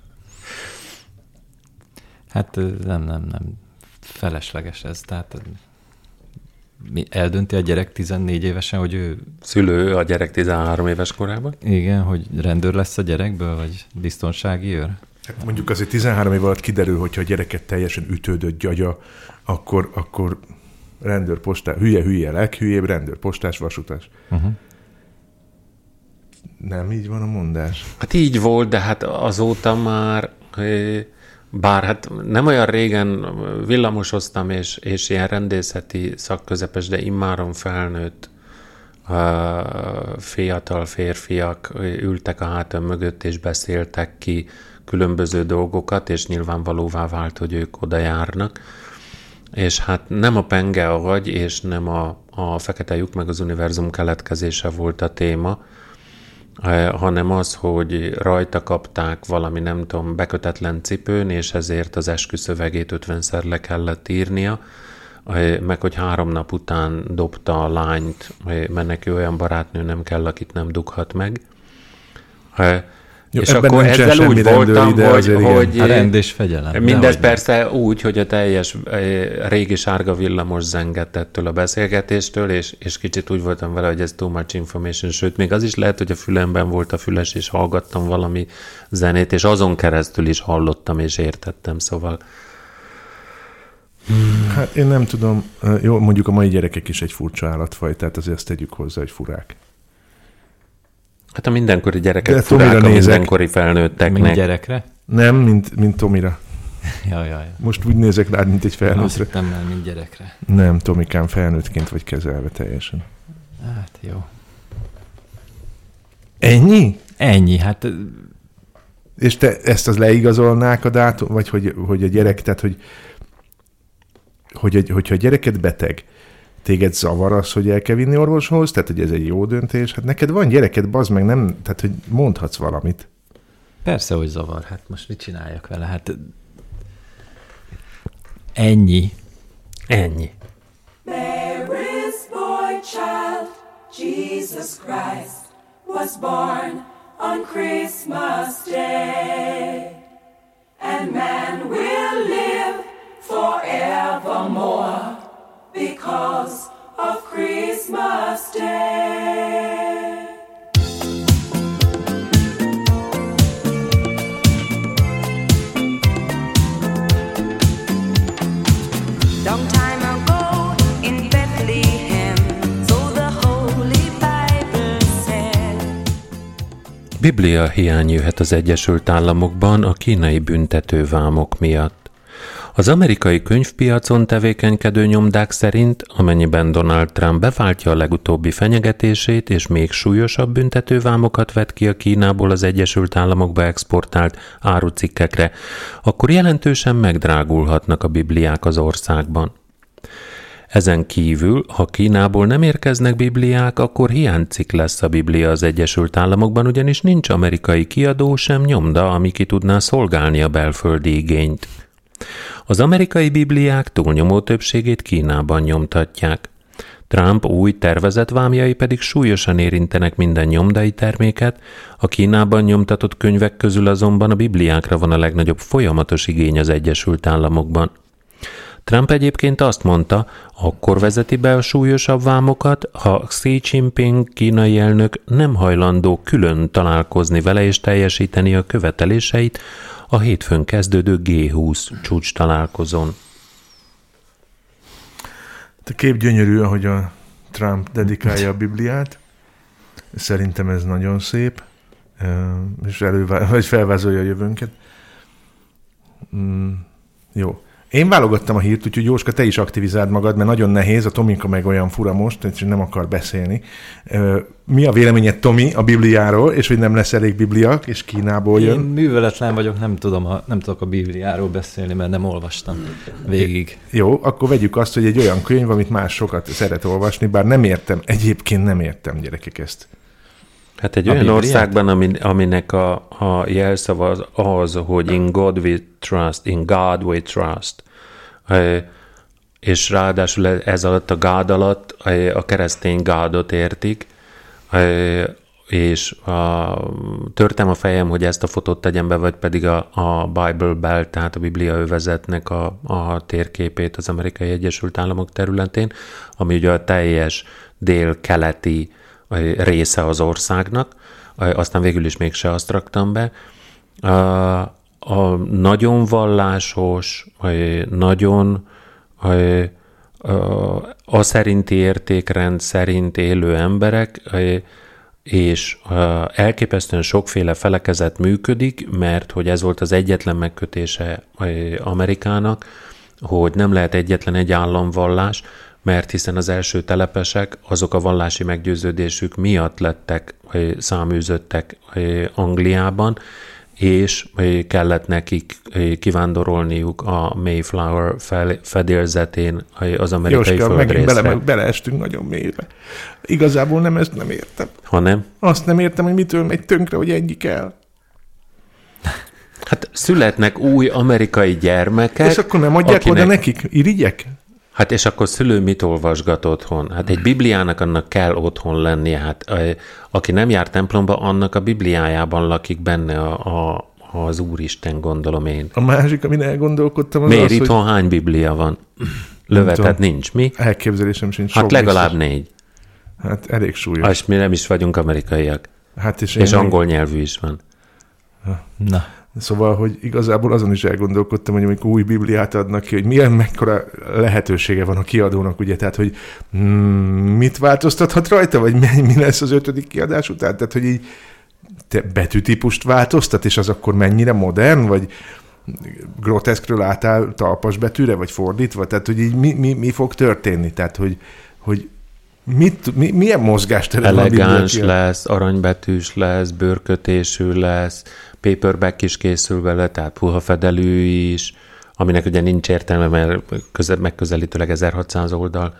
Hát nem. Felesleges ez. Tehát eldönti a gyerek 14 évesen, hogy ő... Szülő a gyerek 13 éves korában? Igen, hogy rendőr lesz a gyerekből, vagy biztonsági őr? Hát mondjuk azért 13 év alatt kiderül, hogyha a gyereket teljesen ütődött gyagya, akkor rendőrpostás, hülye, leghülyébb, rendőrpostás, vasutas. Uh-huh. Nem így van a mondás? Hát így volt, de hát azóta már... Bár hát nem olyan régen villamosoztam, és ilyen rendészeti szakközepes, de immáron felnőtt fiatal férfiak ültek a hátam mögött, és beszéltek ki különböző dolgokat, és nyilvánvalóvá vált, hogy ők oda járnak. És hát nem a penge agy, és nem a fekete lyuk meg az univerzum keletkezése volt a téma, hanem az, hogy rajta kapták valami, nem tudom, bekötetlen cipőn, és ezért az esküszövegét 50-szer le kellett írnia, meg hogy 3 nap után dobta a lányt, mert neki olyan barátnő nem kell, akit nem dughat meg. Jó, és akkor ezzel úgy voltam, hogy a rend és fegyelem. Mindez persze úgy, hogy a teljes régi sárga villamos zengett ettől a beszélgetéstől, és kicsit úgy voltam vele, hogy ez too much information, sőt, még az is lehet, hogy a fülemben volt a füles, és hallgattam valami zenét, és azon keresztül is hallottam, és értettem, szóval... Hát én nem tudom, jó, mondjuk a mai gyerekek is egy furcsa állatfaj, tehát azért azt tegyük hozzá, hogy furák. Hát a mindenkori gyerekek furák a mindenkori felnőtteknek. Mint gyerekre? Nem, mint Tomira. Jaj. Most úgy nézek rád, mint egy felnőttre. Azt hittem már, mint gyerekre. Nem, Tomikám, felnőttként vagy kezelve teljesen. Hát jó. Ennyi? Ennyi, hát... És te ezt az leigazolnák a dátum, vagy hogy a gyerek, tehát hogyha a gyereket beteg, téged zavar az, hogy el kell vinni orvoshoz, tehát hogy ez egy jó döntés, hát neked van gyereked, bazd meg, nem, tehát hogy mondhatsz valamit. Persze, hogy zavar, hát most mit csináljak vele, hát ennyi. Mary's boy child, Jesus Christ, was born on Christmas Day, and man will live forevermore because of Christmas Day. Long time ago in Bethlehem, so the Holy Bible said. Biblia hiány jöhet az Egyesült Államokban a kínai büntetővámok miatt. Az amerikai könyvpiacon tevékenykedő nyomdák szerint, amennyiben Donald Trump beváltja a legutóbbi fenyegetését és még súlyosabb büntetővámokat vet ki a Kínából az Egyesült Államokba exportált árucikkekre, akkor jelentősen megdrágulhatnak a bibliák az országban. Ezen kívül, ha Kínából nem érkeznek bibliák, akkor hiánycikk lesz a Biblia az Egyesült Államokban, ugyanis nincs amerikai kiadó sem nyomda, ami ki tudná szolgálni a belföldi igényt. Az amerikai bibliák túlnyomó többségét Kínában nyomtatják. Trump új tervezett vámjai pedig súlyosan érintenek minden nyomdai terméket, a Kínában nyomtatott könyvek közül azonban a bibliákra van a legnagyobb folyamatos igény az Egyesült Államokban. Trump egyébként azt mondta, akkor vezeti be a súlyosabb vámokat, ha Xi Jinping kínai elnök nem hajlandó külön találkozni vele és teljesíteni a követeléseit a hétfőn kezdődő G20 csúcs találkozón. A kép gyönyörű, ahogy a Trump dedikálja a Bibliát. Szerintem ez nagyon szép, és felvázolja a jövőnket. Jó. Én válogattam a hírt, úgyhogy Jóska, te is aktivizáld magad, mert nagyon nehéz, a Tomika meg olyan fura most, és nem akar beszélni. Mi a véleményed, Tomi, a Bibliáról, és hogy nem lesz elég Biblia, és Kínából jön? Én műveletlen vagyok, nem tudok a Bibliáról beszélni, mert nem olvastam végig. Jó, akkor vegyük azt, hogy egy olyan könyv, amit más sokat szeret olvasni, bár nem értem, egyébként nem értem, gyerekek, ezt. Hát egy olyan országban, aminek a jelszava az, hogy in God we trust, és ráadásul ez alatt a God alatt a keresztény Godot értik, és törtem a fejem, hogy ezt a fotót tegyem be, vagy pedig a Bible Belt, tehát a Biblia övezetnek a térképét az Amerikai Egyesült Államok területén, ami ugye a teljes dél-keleti része az országnak, aztán végül is mégse azt raktam be. A nagyon vallásos, nagyon a szerinti értékrend szerint élő emberek, és elképesztően sokféle felekezet működik, mert hogy ez volt az egyetlen megkötése Amerikának, hogy nem lehet egyetlen egy államvallás, mert hiszen az első telepesek azok a vallási meggyőződésük miatt lettek száműzöttek Angliában, és kellett nekik kivándorolniuk a Mayflower fedélzetén az amerikai Jóska, földrészre. megint beleestünk nagyon mélybe. Igazából ezt nem értem. Ha nem? Azt nem értem, hogy mitől megy tönkre, hogy ennyi kell. Hát születnek új amerikai gyermekek. És akkor nem adják oda nekik? Irigyek? Hát és akkor szülő mit olvasgat otthon? Hát egy Bibliának annak kell otthon lennie. Hát aki nem jár templomba, annak a Bibliájában lakik benne az Úristen, gondolom én. A másik, amin elgondolkodtam, az miért itthon hány Biblia van? Lövetet nincs, mi? Elképzelésem sincs. Hát legalább 4. Hát elég súlyos. És mi nem is vagyunk amerikaiak. Hát és angol nyelvű is van. Na. Szóval, hogy igazából azon is elgondolkodtam, hogy amikor új Bibliát adnak ki, hogy milyen mekkora lehetősége van a kiadónak, ugye, tehát, hogy mit változtathat rajta, vagy mi lesz az 5. kiadás után, tehát, hogy így te betűtípust változtat, és az akkor mennyire modern, vagy groteszkről átáll talpas betűre, vagy fordítva, tehát, hogy így mi fog történni, tehát, hogy milyen mozgástere van a Biblia? Elegáns lesz, aranybetűs lesz, bőrkötésű lesz, paperback is készül vele, tehát puha fedelű is, aminek ugye nincs értelme, mert megközelítőleg 1600 oldal.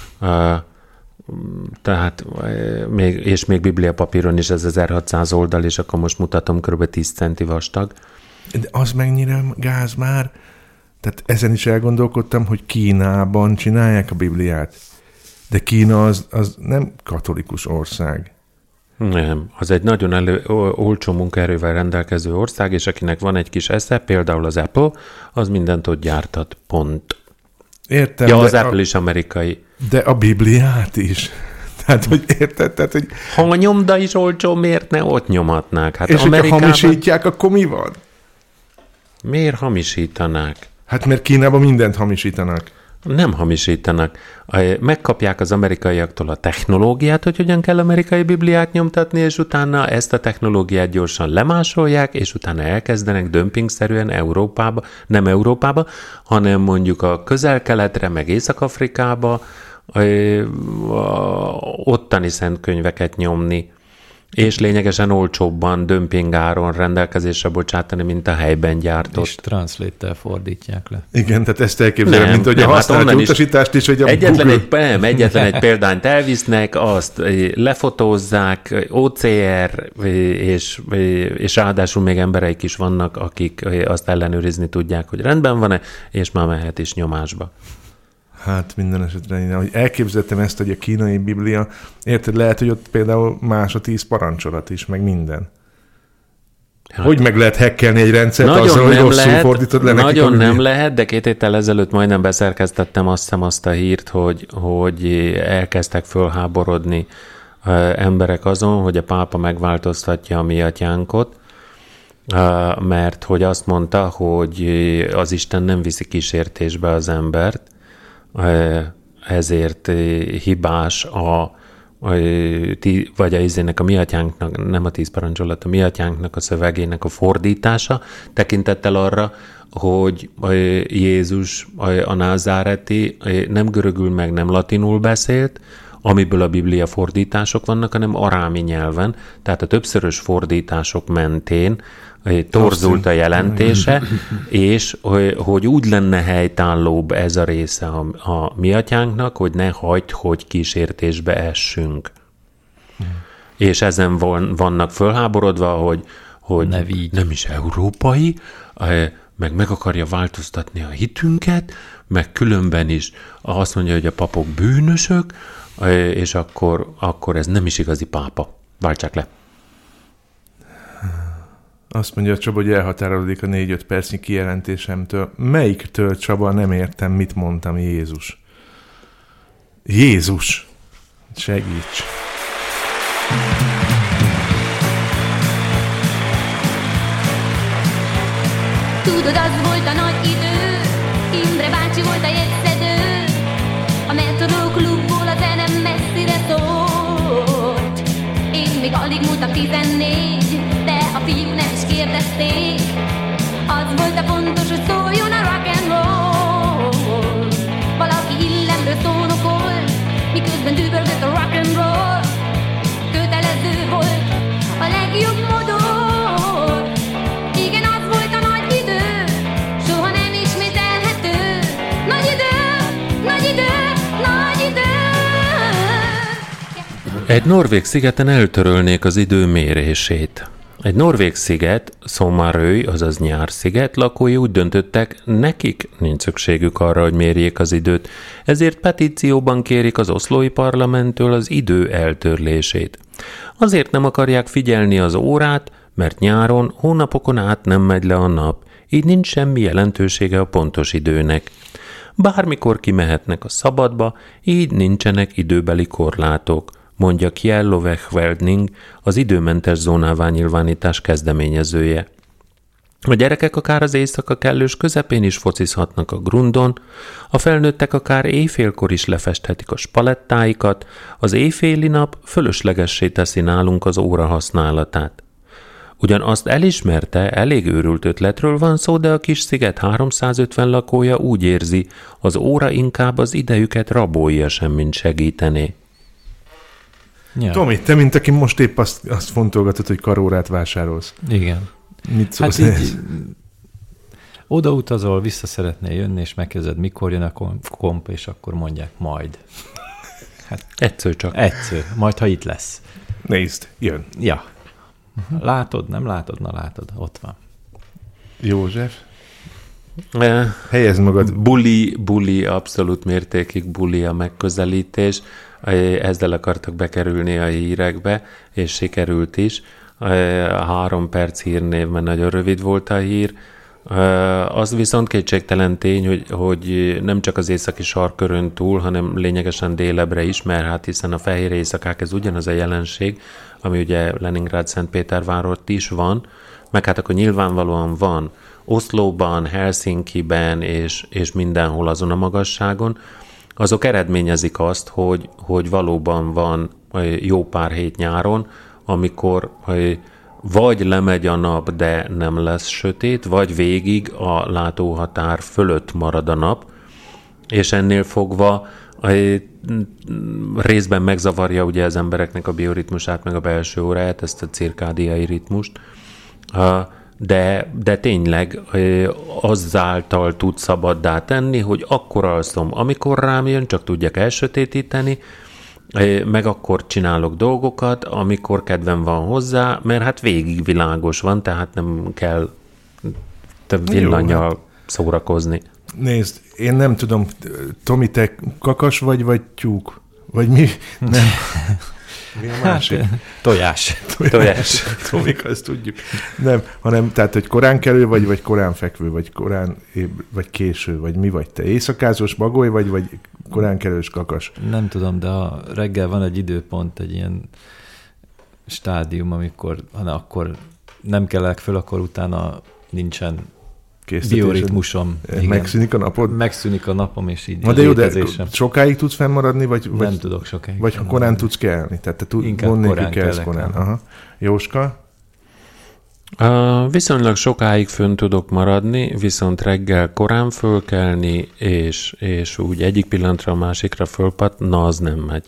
Tehát még Biblia papíron is ez 1600 oldal, és akkor most mutatom, kb. 10 centi vastag. De az mennyire gáz már? Tehát ezen is elgondolkodtam, hogy Kínában csinálják a Bibliát. De Kína az nem katolikus ország. Nem, az egy nagyon olcsó munkaerővel rendelkező ország, és akinek van egy kis esze, például az Apple, az mindent ott gyártat, pont. Értem. Ja, az Apple is amerikai. De a Bibliát is. Tehát, hogy érted? Tehát, hogy... Ha a nyomda is olcsó, miért ne ott nyomatnák? Hát és hogyha hamisítják, akkor mi van? Miért hamisítanák? Hát mert Kínában mindent hamisítanak. Nem hamisítanak. Megkapják az amerikaiaktól a technológiát, hogy hogyan kell amerikai bibliát nyomtatni, és utána ezt a technológiát gyorsan lemásolják, és utána elkezdenek dömpingszerűen Európába, nem Európába, hanem mondjuk a Közel-Keletre, meg Észak-Afrikába ottani szentkönyveket nyomni, és lényegesen olcsóbban, dömpingáron rendelkezésre bocsátani, mint a helyben gyártott. És translate-tel fordítják le. Igen, tehát ezt elképzelem, mint hogy a használati utasítást is, hogy a egyetlen egy példányt elvisznek, azt lefotózzák, OCR, és ráadásul még embereik is vannak, akik azt ellenőrizni tudják, hogy rendben van-e, és már mehet is nyomásba. Hát minden esetre én, ahogy elképzeltem ezt, hogy a kínai biblia, érted, lehet, hogy ott például más a 10 parancsolat is, meg minden. Hát, hogy meg lehet hackelni egy rendszert azzal, hogy rosszul fordítod le nekik? Nagyon nem lehet, de 2 héttel ezelőtt majdnem beszerkesztettem azt a hírt, hogy elkezdtek fölháborodni emberek azon, hogy a pápa megváltoztatja a mi atyánkot, mert hogy azt mondta, hogy az Isten nem viszi kísértésbe az embert, ezért hibás vagy a izének a mi atyánknak, nem a 10 parancsolat, a mi atyánknak a szövegének a fordítása, tekintettel arra, hogy Jézus a názáreti nem görögül meg nem latinul beszélt, amiből a Biblia fordítások vannak, hanem arámi nyelven, tehát a többszörös fordítások mentén torzult a jelentése, és hogy úgy lenne helytállóbb ez a része a mi atyánknak, hogy ne hagyd, hogy kísértésbe essünk. És ezen vannak fölháborodva, hogy nem is európai, meg akarja változtatni a hitünket, meg különben is azt mondja, hogy a papok bűnösök, és akkor ez nem is igazi pápa. Váltsák le. Azt mondja Csaba, hogy elhatárolódik a 4-5 percnyi kijelentésemtől. Melyiktől, Csaba, nem értem, mit mondtam, Jézus? Jézus! Segíts! Tudod, az volt a nagy idő, Imre bácsi volt a jegyszedő, a Metro klubból a zene messzire szólt. Én még alig múltam 14, de a fiúk nem is kérdezték. Az volt a fontos, hogy szóljon a rock and roll. Valaki illemről szónokolt, miközben dübörgött a rock and roll. Kötelező volt a legjobb modor. Igen, az volt a nagy idő, soha nem ismételhető. Nagy idő, nagy idő, nagy idő. Egy norvég szigeten eltörölnék az idő mérését. Egy norvég sziget, Sommarøy, azaz nyársziget lakói úgy döntöttek, nekik nincs szükségük arra, hogy mérjék az időt, ezért petícióban kérik az oszlói parlamenttől az idő eltörlését. Azért nem akarják figyelni az órát, mert nyáron, hónapokon át nem megy le a nap, így nincs semmi jelentősége a pontos időnek. Bármikor kimehetnek a szabadba, így nincsenek időbeli korlátok, mondja Kjell Lovech-Veldning, az időmentes zónává nyilvánítás kezdeményezője. A gyerekek akár az éjszaka kellős közepén is focizhatnak a grundon, a felnőttek akár éjfélkor is lefesthetik a spalettáikat, az éjféli nap fölöslegessé teszi nálunk az óra használatát. Ugyan azt elismerte, elég őrült ötletről van szó, de a kis sziget 350 lakója úgy érzi, az óra inkább az idejüket rabolja sem, mint segítené. Ja. Tomi, te mint aki most épp azt fontolgatod, hogy karórát vásárolsz. Igen. Mit szólsz? Hát így oda utazol, vissza szeretnél jönni, és megkezded, mikor jön a komp, és akkor mondják majd. Hát egyszer csak. Egyszer, majd ha itt lesz. Nézd, jön. Ja. Látod, nem látod? Na látod, ott van. József? Helyezd magad. Buli, abszolút mértékig buli a megközelítés. Ezzel akartak bekerülni a hírekbe, és sikerült is. A 3 perc hírnév, mert nagyon rövid volt a hír. Az viszont kétségtelen tény, hogy nem csak az északi sarkkörön túl, hanem lényegesen délebre is, mert hát hiszen a fehér éjszakák, ez ugyanaz a jelenség, ami ugye Leningrád, Szentpétervárott is van, meg hát akkor nyilvánvalóan van Oszlóban, Helsinkiben és mindenhol azon a magasságon, azok eredményezik azt, hogy valóban van jó pár hét nyáron, amikor vagy lemegy a nap, de nem lesz sötét, vagy végig a látóhatár fölött marad a nap, és ennél fogva részben megzavarja ugye az embereknek a bioritmusát, meg a belső óráját, ezt a cirkádiai ritmust, de tényleg azáltal tud szabaddá tenni, hogy akkor alszom, amikor rám jön, csak tudjak elsötétíteni, meg akkor csinálok dolgokat, amikor kedvem van hozzá, mert hát végig világos van, tehát nem kell több villannyal szórakozni. Nézd, én nem tudom, Tomi, te kakas vagy tyúk? Vagy mi? Nem. Mi a másik? Hát, tojás. Tomika, ezt tudjuk. Nem, hanem tehát, hogy korán kelő vagy korán fekvő, vagy késő, vagy mi vagy te? Éjszakázós bagoly vagy korán kelős kakas? Nem tudom, de a reggel van egy időpont, egy ilyen stádium, amikor akkor nem kelek föl, akkor utána nincsen bioritmusom. Megszűnik a napod? Megszűnik a napom, és így de jó, de sokáig tudsz fennmaradni, vagy nem tudok sokáig. Vagy korán tudsz kelni? Tehát te inkább korán kelek. Aha. Jóska? Viszonylag sokáig fönn tudok maradni, viszont reggel korán fölkelni, és úgy egyik pillanatra a másikra fölpattan, az nem megy.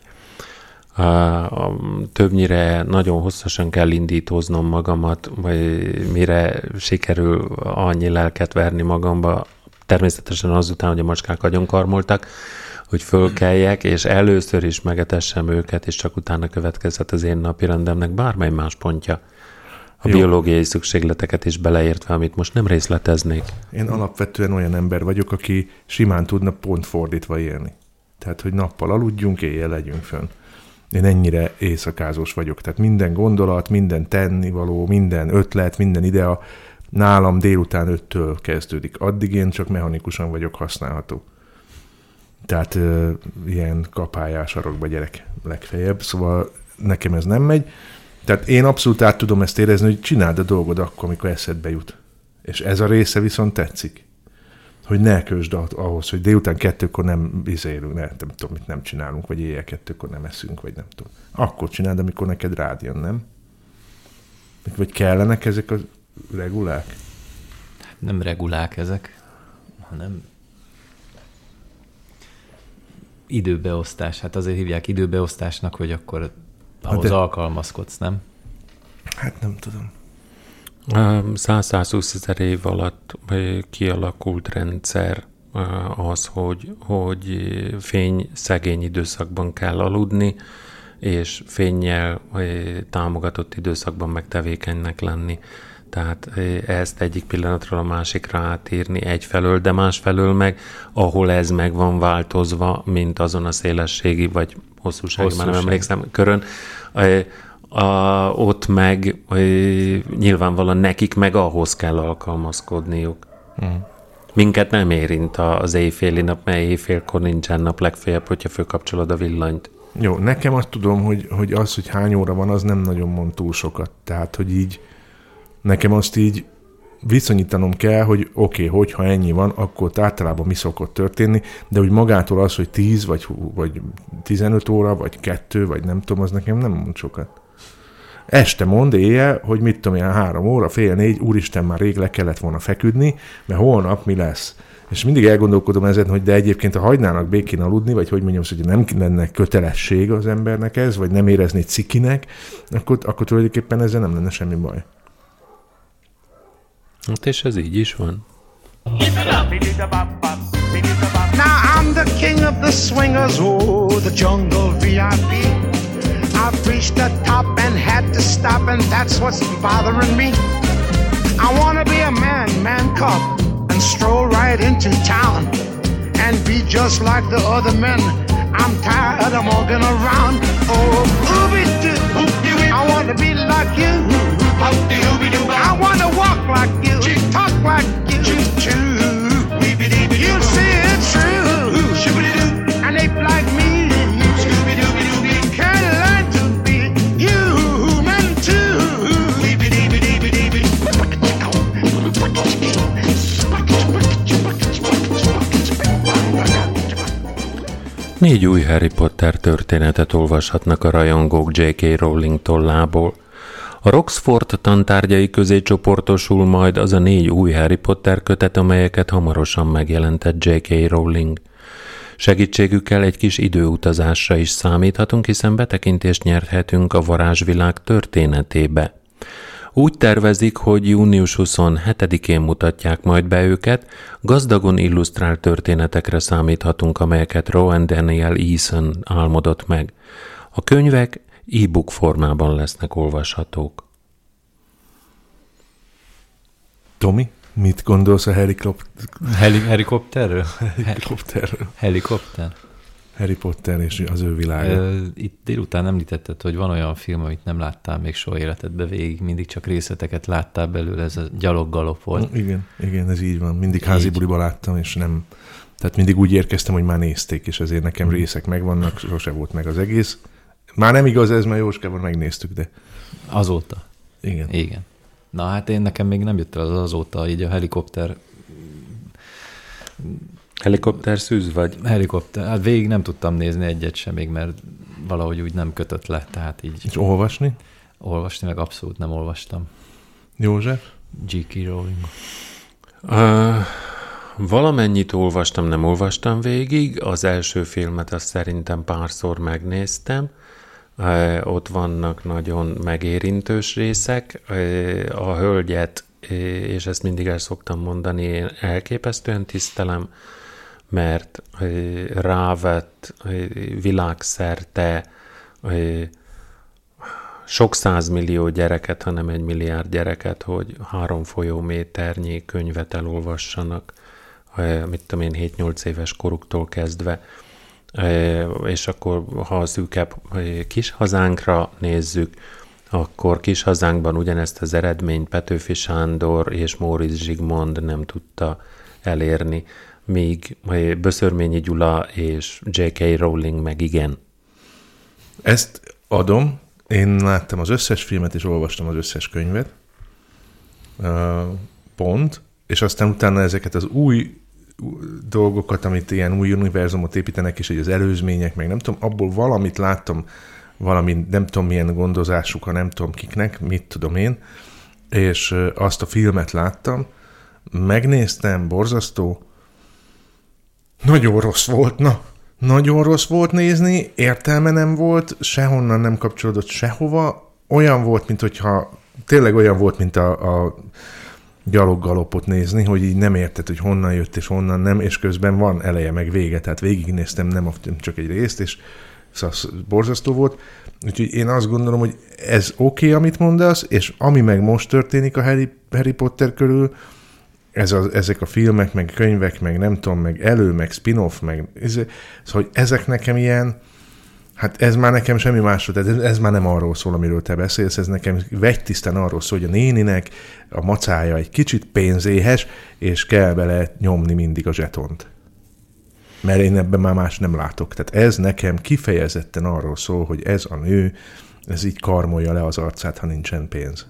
Többnyire nagyon hosszasan kell indítoznom magamat, vagy mire sikerül annyi lelket verni magamba, természetesen azután, hogy a macskák agyonkarmoltak, hogy fölkeljek, és először is megetessem őket, és csak utána következhet az én napirendemnek bármely más pontja. A biológiai szükségleteket is beleértve, amit most nem részleteznék. Én alapvetően olyan ember vagyok, aki simán tudna pont fordítva élni. Tehát, hogy nappal aludjunk, éjjel legyünk fönn. Én ennyire éjszakázós vagyok. Tehát minden gondolat, minden tennivaló, minden ötlet, minden idea nálam délután 5-től kezdődik. Addig én csak mechanikusan vagyok használható. Tehát ilyen kapályás sarokba gyerek legfeljebb. Szóval nekem ez nem megy. Tehát én abszolút át tudom ezt érezni, hogy csináld a dolgod akkor, amikor eszedbe jut. És ez a része viszont tetszik. Hogy ne kösd ahhoz, hogy délután 2-kor nem izélünk, nem tudom, mit nem csinálunk, vagy éjjel 2-kor nem eszünk, vagy nem tudom. Akkor csináld, amikor neked rád jön, nem? Vagy kellenek ezek a regulák? Nem regulák ezek, hanem időbeosztás. Hát azért hívják időbeosztásnak, hogy akkor ahhoz alkalmazkodsz, nem? Hát nem tudom. 100-120 ezer év alatt kialakult rendszer az, hogy fény szegény időszakban kell aludni, és fénnyel támogatott időszakban meg tevékenynek lenni. Tehát ezt egyik pillanatról a másikra átírni egyfelől, de másfelől meg, ahol ez meg van változva, mint azon a szélességi vagy hosszúsági, már nem emlékszem, körön, ott meg nyilvánvalóan nekik meg ahhoz kell alkalmazkodniuk. Minket nem érint az éjféli nap, mert éjfélkor nincsen nap, legfeljebb, hogyha fölkapcsolod a villanyt. Jó, nekem azt tudom, hogy az, hogy hány óra van, az nem nagyon mond túl sokat. Tehát, hogy így nekem azt így viszonyítanom kell, hogy oké, hogyha ennyi van, akkor általában mi szokott történni, de úgy magától az, hogy 10 vagy 15 óra, vagy 2, vagy nem tudom, az nekem nem mond sokat. Este mond éjjel, hogy mit tudom, ilyen 3 óra, fél 4, úristen, már rég le kellett volna feküdni, mert holnap mi lesz. És mindig elgondolkodom ezen, hogy de egyébként, ha hagynának békén aludni, vagy hogy mondjam, hogy nem lenne kötelesség az embernek ez, vagy nem érezni cikinek, akkor tulajdonképpen ezzel nem lenne semmi baj. Hát és ez így is van. Now I'm the king of the swingers, oh, the jungle VIP. I've reached the top and had to stop, and that's what's bothering me. I wanna be a man cub, and stroll right into town, and be just like the other men. I'm tired of walking around. Oh, ooby-doo, I wanna be like you. I wanna walk like you, talk like you, you see it's true, and ape like me can learn to be human too. 4 új Harry Potter történetet olvashatnak a rajongók J.K. Rowling tollából. A Roxford tantárgyai közé csoportosul majd az a 4 új Harry Potter kötet, amelyeket hamarosan megjelentett J.K. Rowling. Segítségükkel egy kis időutazásra is számíthatunk, hiszen betekintést nyerhetünk a varázsvilág történetébe. Úgy tervezik, hogy június 27-én mutatják majd be őket, gazdagon illusztrált történetekre számíthatunk, amelyeket Rowan Daniel Eason álmodott meg. A könyvek e-book formában lesznek olvashatók. Tomi, mit gondolsz a helikopterről? Helikopter. Harry Potter és az ő világa. Itt délután említetted, hogy van olyan film, amit nem láttál még soha életedbe végig, mindig csak részleteket láttál belőle, ez a gyaloggalop volt. Igen, ez így van. Mindig házi buliba láttam, és nem... Tehát mindig úgy érkeztem, hogy már nézték, és ezért nekem részek megvannak, sose volt meg az egész. Már nem igaz ez, mert Jóskával megnéztük, de... Azóta? Igen. Na hát nekem még nem jött el azóta, így a helikopter... Helikopter szűz vagy? Helikopter. Hát végig nem tudtam nézni egyet sem még, mert valahogy úgy nem kötött le, tehát így... És olvasni? Olvasni meg abszolút nem olvastam. József? J.K. Rowling. Valamennyit olvastam, nem olvastam végig. Az első filmet azt szerintem párszor megnéztem. Ott vannak nagyon megérintős részek. A hölgyet, és ezt mindig el szoktam mondani, én elképesztően tisztelem, mert rávett világszerte sok 100 millió gyereket, hanem 1 milliárd gyereket, hogy 3 folyóméternyi könyvet elolvassanak, mit tudom én, 7-8 éves koruktól kezdve. És akkor, ha a szűkebb kis hazánkra nézzük, akkor kis hazánkban ugyanezt az eredményt Petőfi Sándor és Móricz Zsigmond nem tudta elérni, míg Böszörményi Gyula és J.K. Rowling meg igen. Ezt adom. Én láttam az összes filmet, és olvastam az összes könyvet. Pont. És aztán utána ezeket az új dolgokat, amit ilyen új univerzumot építenek, és az előzmények, meg nem tudom, abból valamit láttam, valami nem tudom milyen gondozásuk, nem tudom kiknek, mit tudom én, és azt a filmet láttam, megnéztem, borzasztó, nagyon rossz volt, nagyon rossz volt nézni, értelme nem volt, sehonnan nem kapcsolódott sehova, olyan volt, tényleg olyan volt, mint a gyaloggalopot nézni, hogy így nem érted, hogy honnan jött és honnan nem, és közben van eleje meg vége, tehát végignéztem nem csak egy részt, és szóval borzasztó volt. Úgyhogy én azt gondolom, hogy ez oké, amit mondasz, és ami meg most történik a Harry Potter körül, ezek a filmek, meg könyvek, meg nem tudom, meg meg spin-off, meg szóval, hogy ezek nekem ilyen, hát ez már nekem semmi másról, tehát ez már nem arról szól, amiről te beszélsz, ez nekem vegytisztán arról szól, hogy a néninek a macája egy kicsit pénzéhes, és kell bele nyomni mindig a zsetont. Mert én ebben már más nem látok. Tehát ez nekem kifejezetten arról szól, hogy ez a nő, ez így karmolja le az arcát, ha nincsen pénz.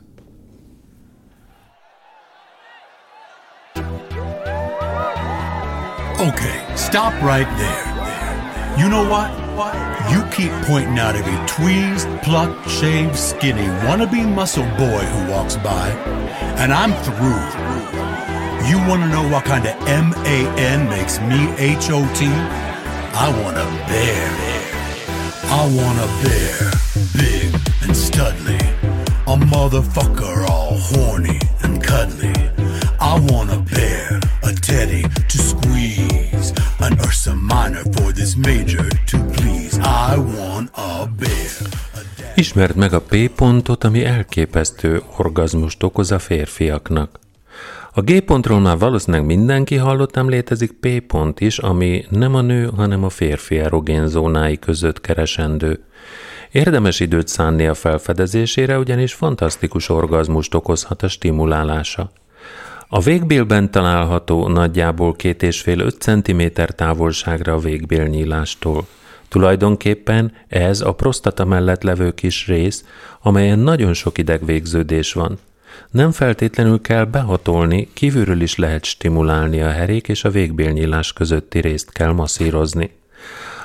Okay, stop right there. You know what? You keep pointing out every tweezed, plucked, shaved, skinny, wannabe muscle boy who walks by, and I'm through. You want to know what kind of M-A-N makes me H-O-T? I want a bear. I want a bear, big and studly. A motherfucker all horny and cuddly. I want a bear, a teddy to squeeze. An Ursa Minor for this major to please. I want a bear. Ismerd meg a P-pontot, ami elképesztő orgazmust okoz a férfiaknak. A G-pontról már valószínűleg mindenki hallott, ám létezik P-pont is, ami nem a nő, hanem a férfi erogén zónái között keresendő. Érdemes időt szánni a felfedezésére, ugyanis fantasztikus orgazmust okozhat a stimulálása. A végbélben található nagyjából 2,5-5 cm távolságra a végbélnyílástól. Tulajdonképpen ez a prostata mellett levő kis rész, amelyen nagyon sok idegvégződés van. Nem feltétlenül kell behatolni, kívülről is lehet stimulálni a herék és a végbélnyílás közötti részt kell masszírozni.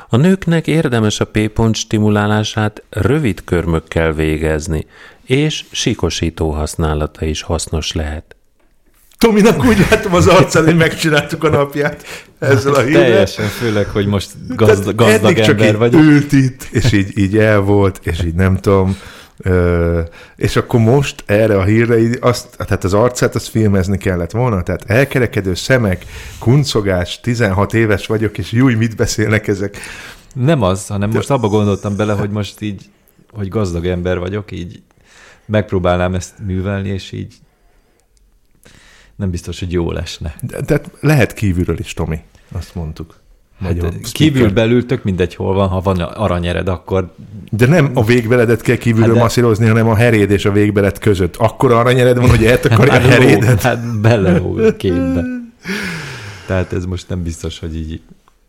A nőknek érdemes a P-pont stimulálását rövid körmökkel végezni, és síkosító használata is hasznos lehet. Tominak úgy látom az arcán, hogy megcsináltuk a napját ezzel a hírrel. Teljesen, főleg, hogy most gazdag ember vagy. Ült itt, és így el volt, és így nem tudom. És akkor most erre a hírre, tehát az arcát azt filmezni kellett volna, tehát elkerekedő szemek, kuncogás, 16 éves vagyok, és júj, mit beszélnek ezek? Nem az, hanem most abba gondoltam bele, hogy most így, hogy gazdag ember vagyok, így megpróbálnám ezt művelni, és így nem biztos, hogy jó lesne. De lehet kívülről is, Tomi, azt mondtuk. Hát kívül belül tök mindegy, hol van, ha van aranyered, akkor... De nem a végbeledet kell kívülről masszírozni, hanem a heréd és a végbeled között. Akkor aranyered van, hogy eltakarja a herédet? Hát belelóg a képbe. Tehát ez most nem biztos, hogy így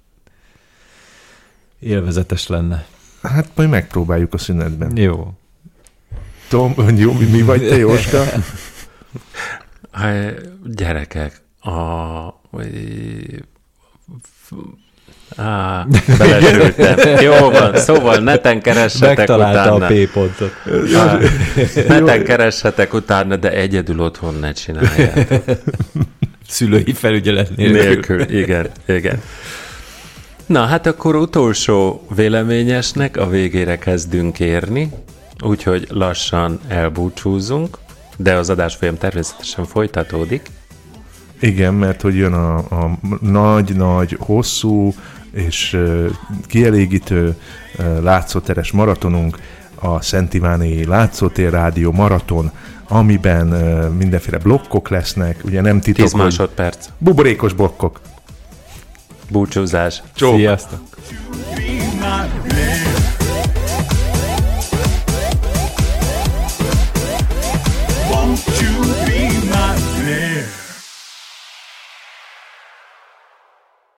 élvezetes lenne. Hát majd megpróbáljuk a szünetben. Jó. Tom, jó, mi vagy te, Jóska? Gyerekek, belesültem. Jó van, szóval neten keressetek megtalálta utána. A P-pontot. Neten keressetek utána, de egyedül otthon ne csináljátok. Szülői felügyelet nélkül. Igen. Na, hát akkor utolsó véleményesnek a végére kezdünk érni, úgyhogy lassan elbúcsúzunk, de az adásfolyam természetesen folytatódik. Igen, mert hogy jön a nagy, hosszú és kielégítő látszóteres maratonunk, a Szent Iváni Látszótér Rádió maraton, amiben mindenféle blokkok lesznek, ugye nem titok, 10 másodperc. Buborékos blokkok. Búcsúzás. Csók. Sziasztok!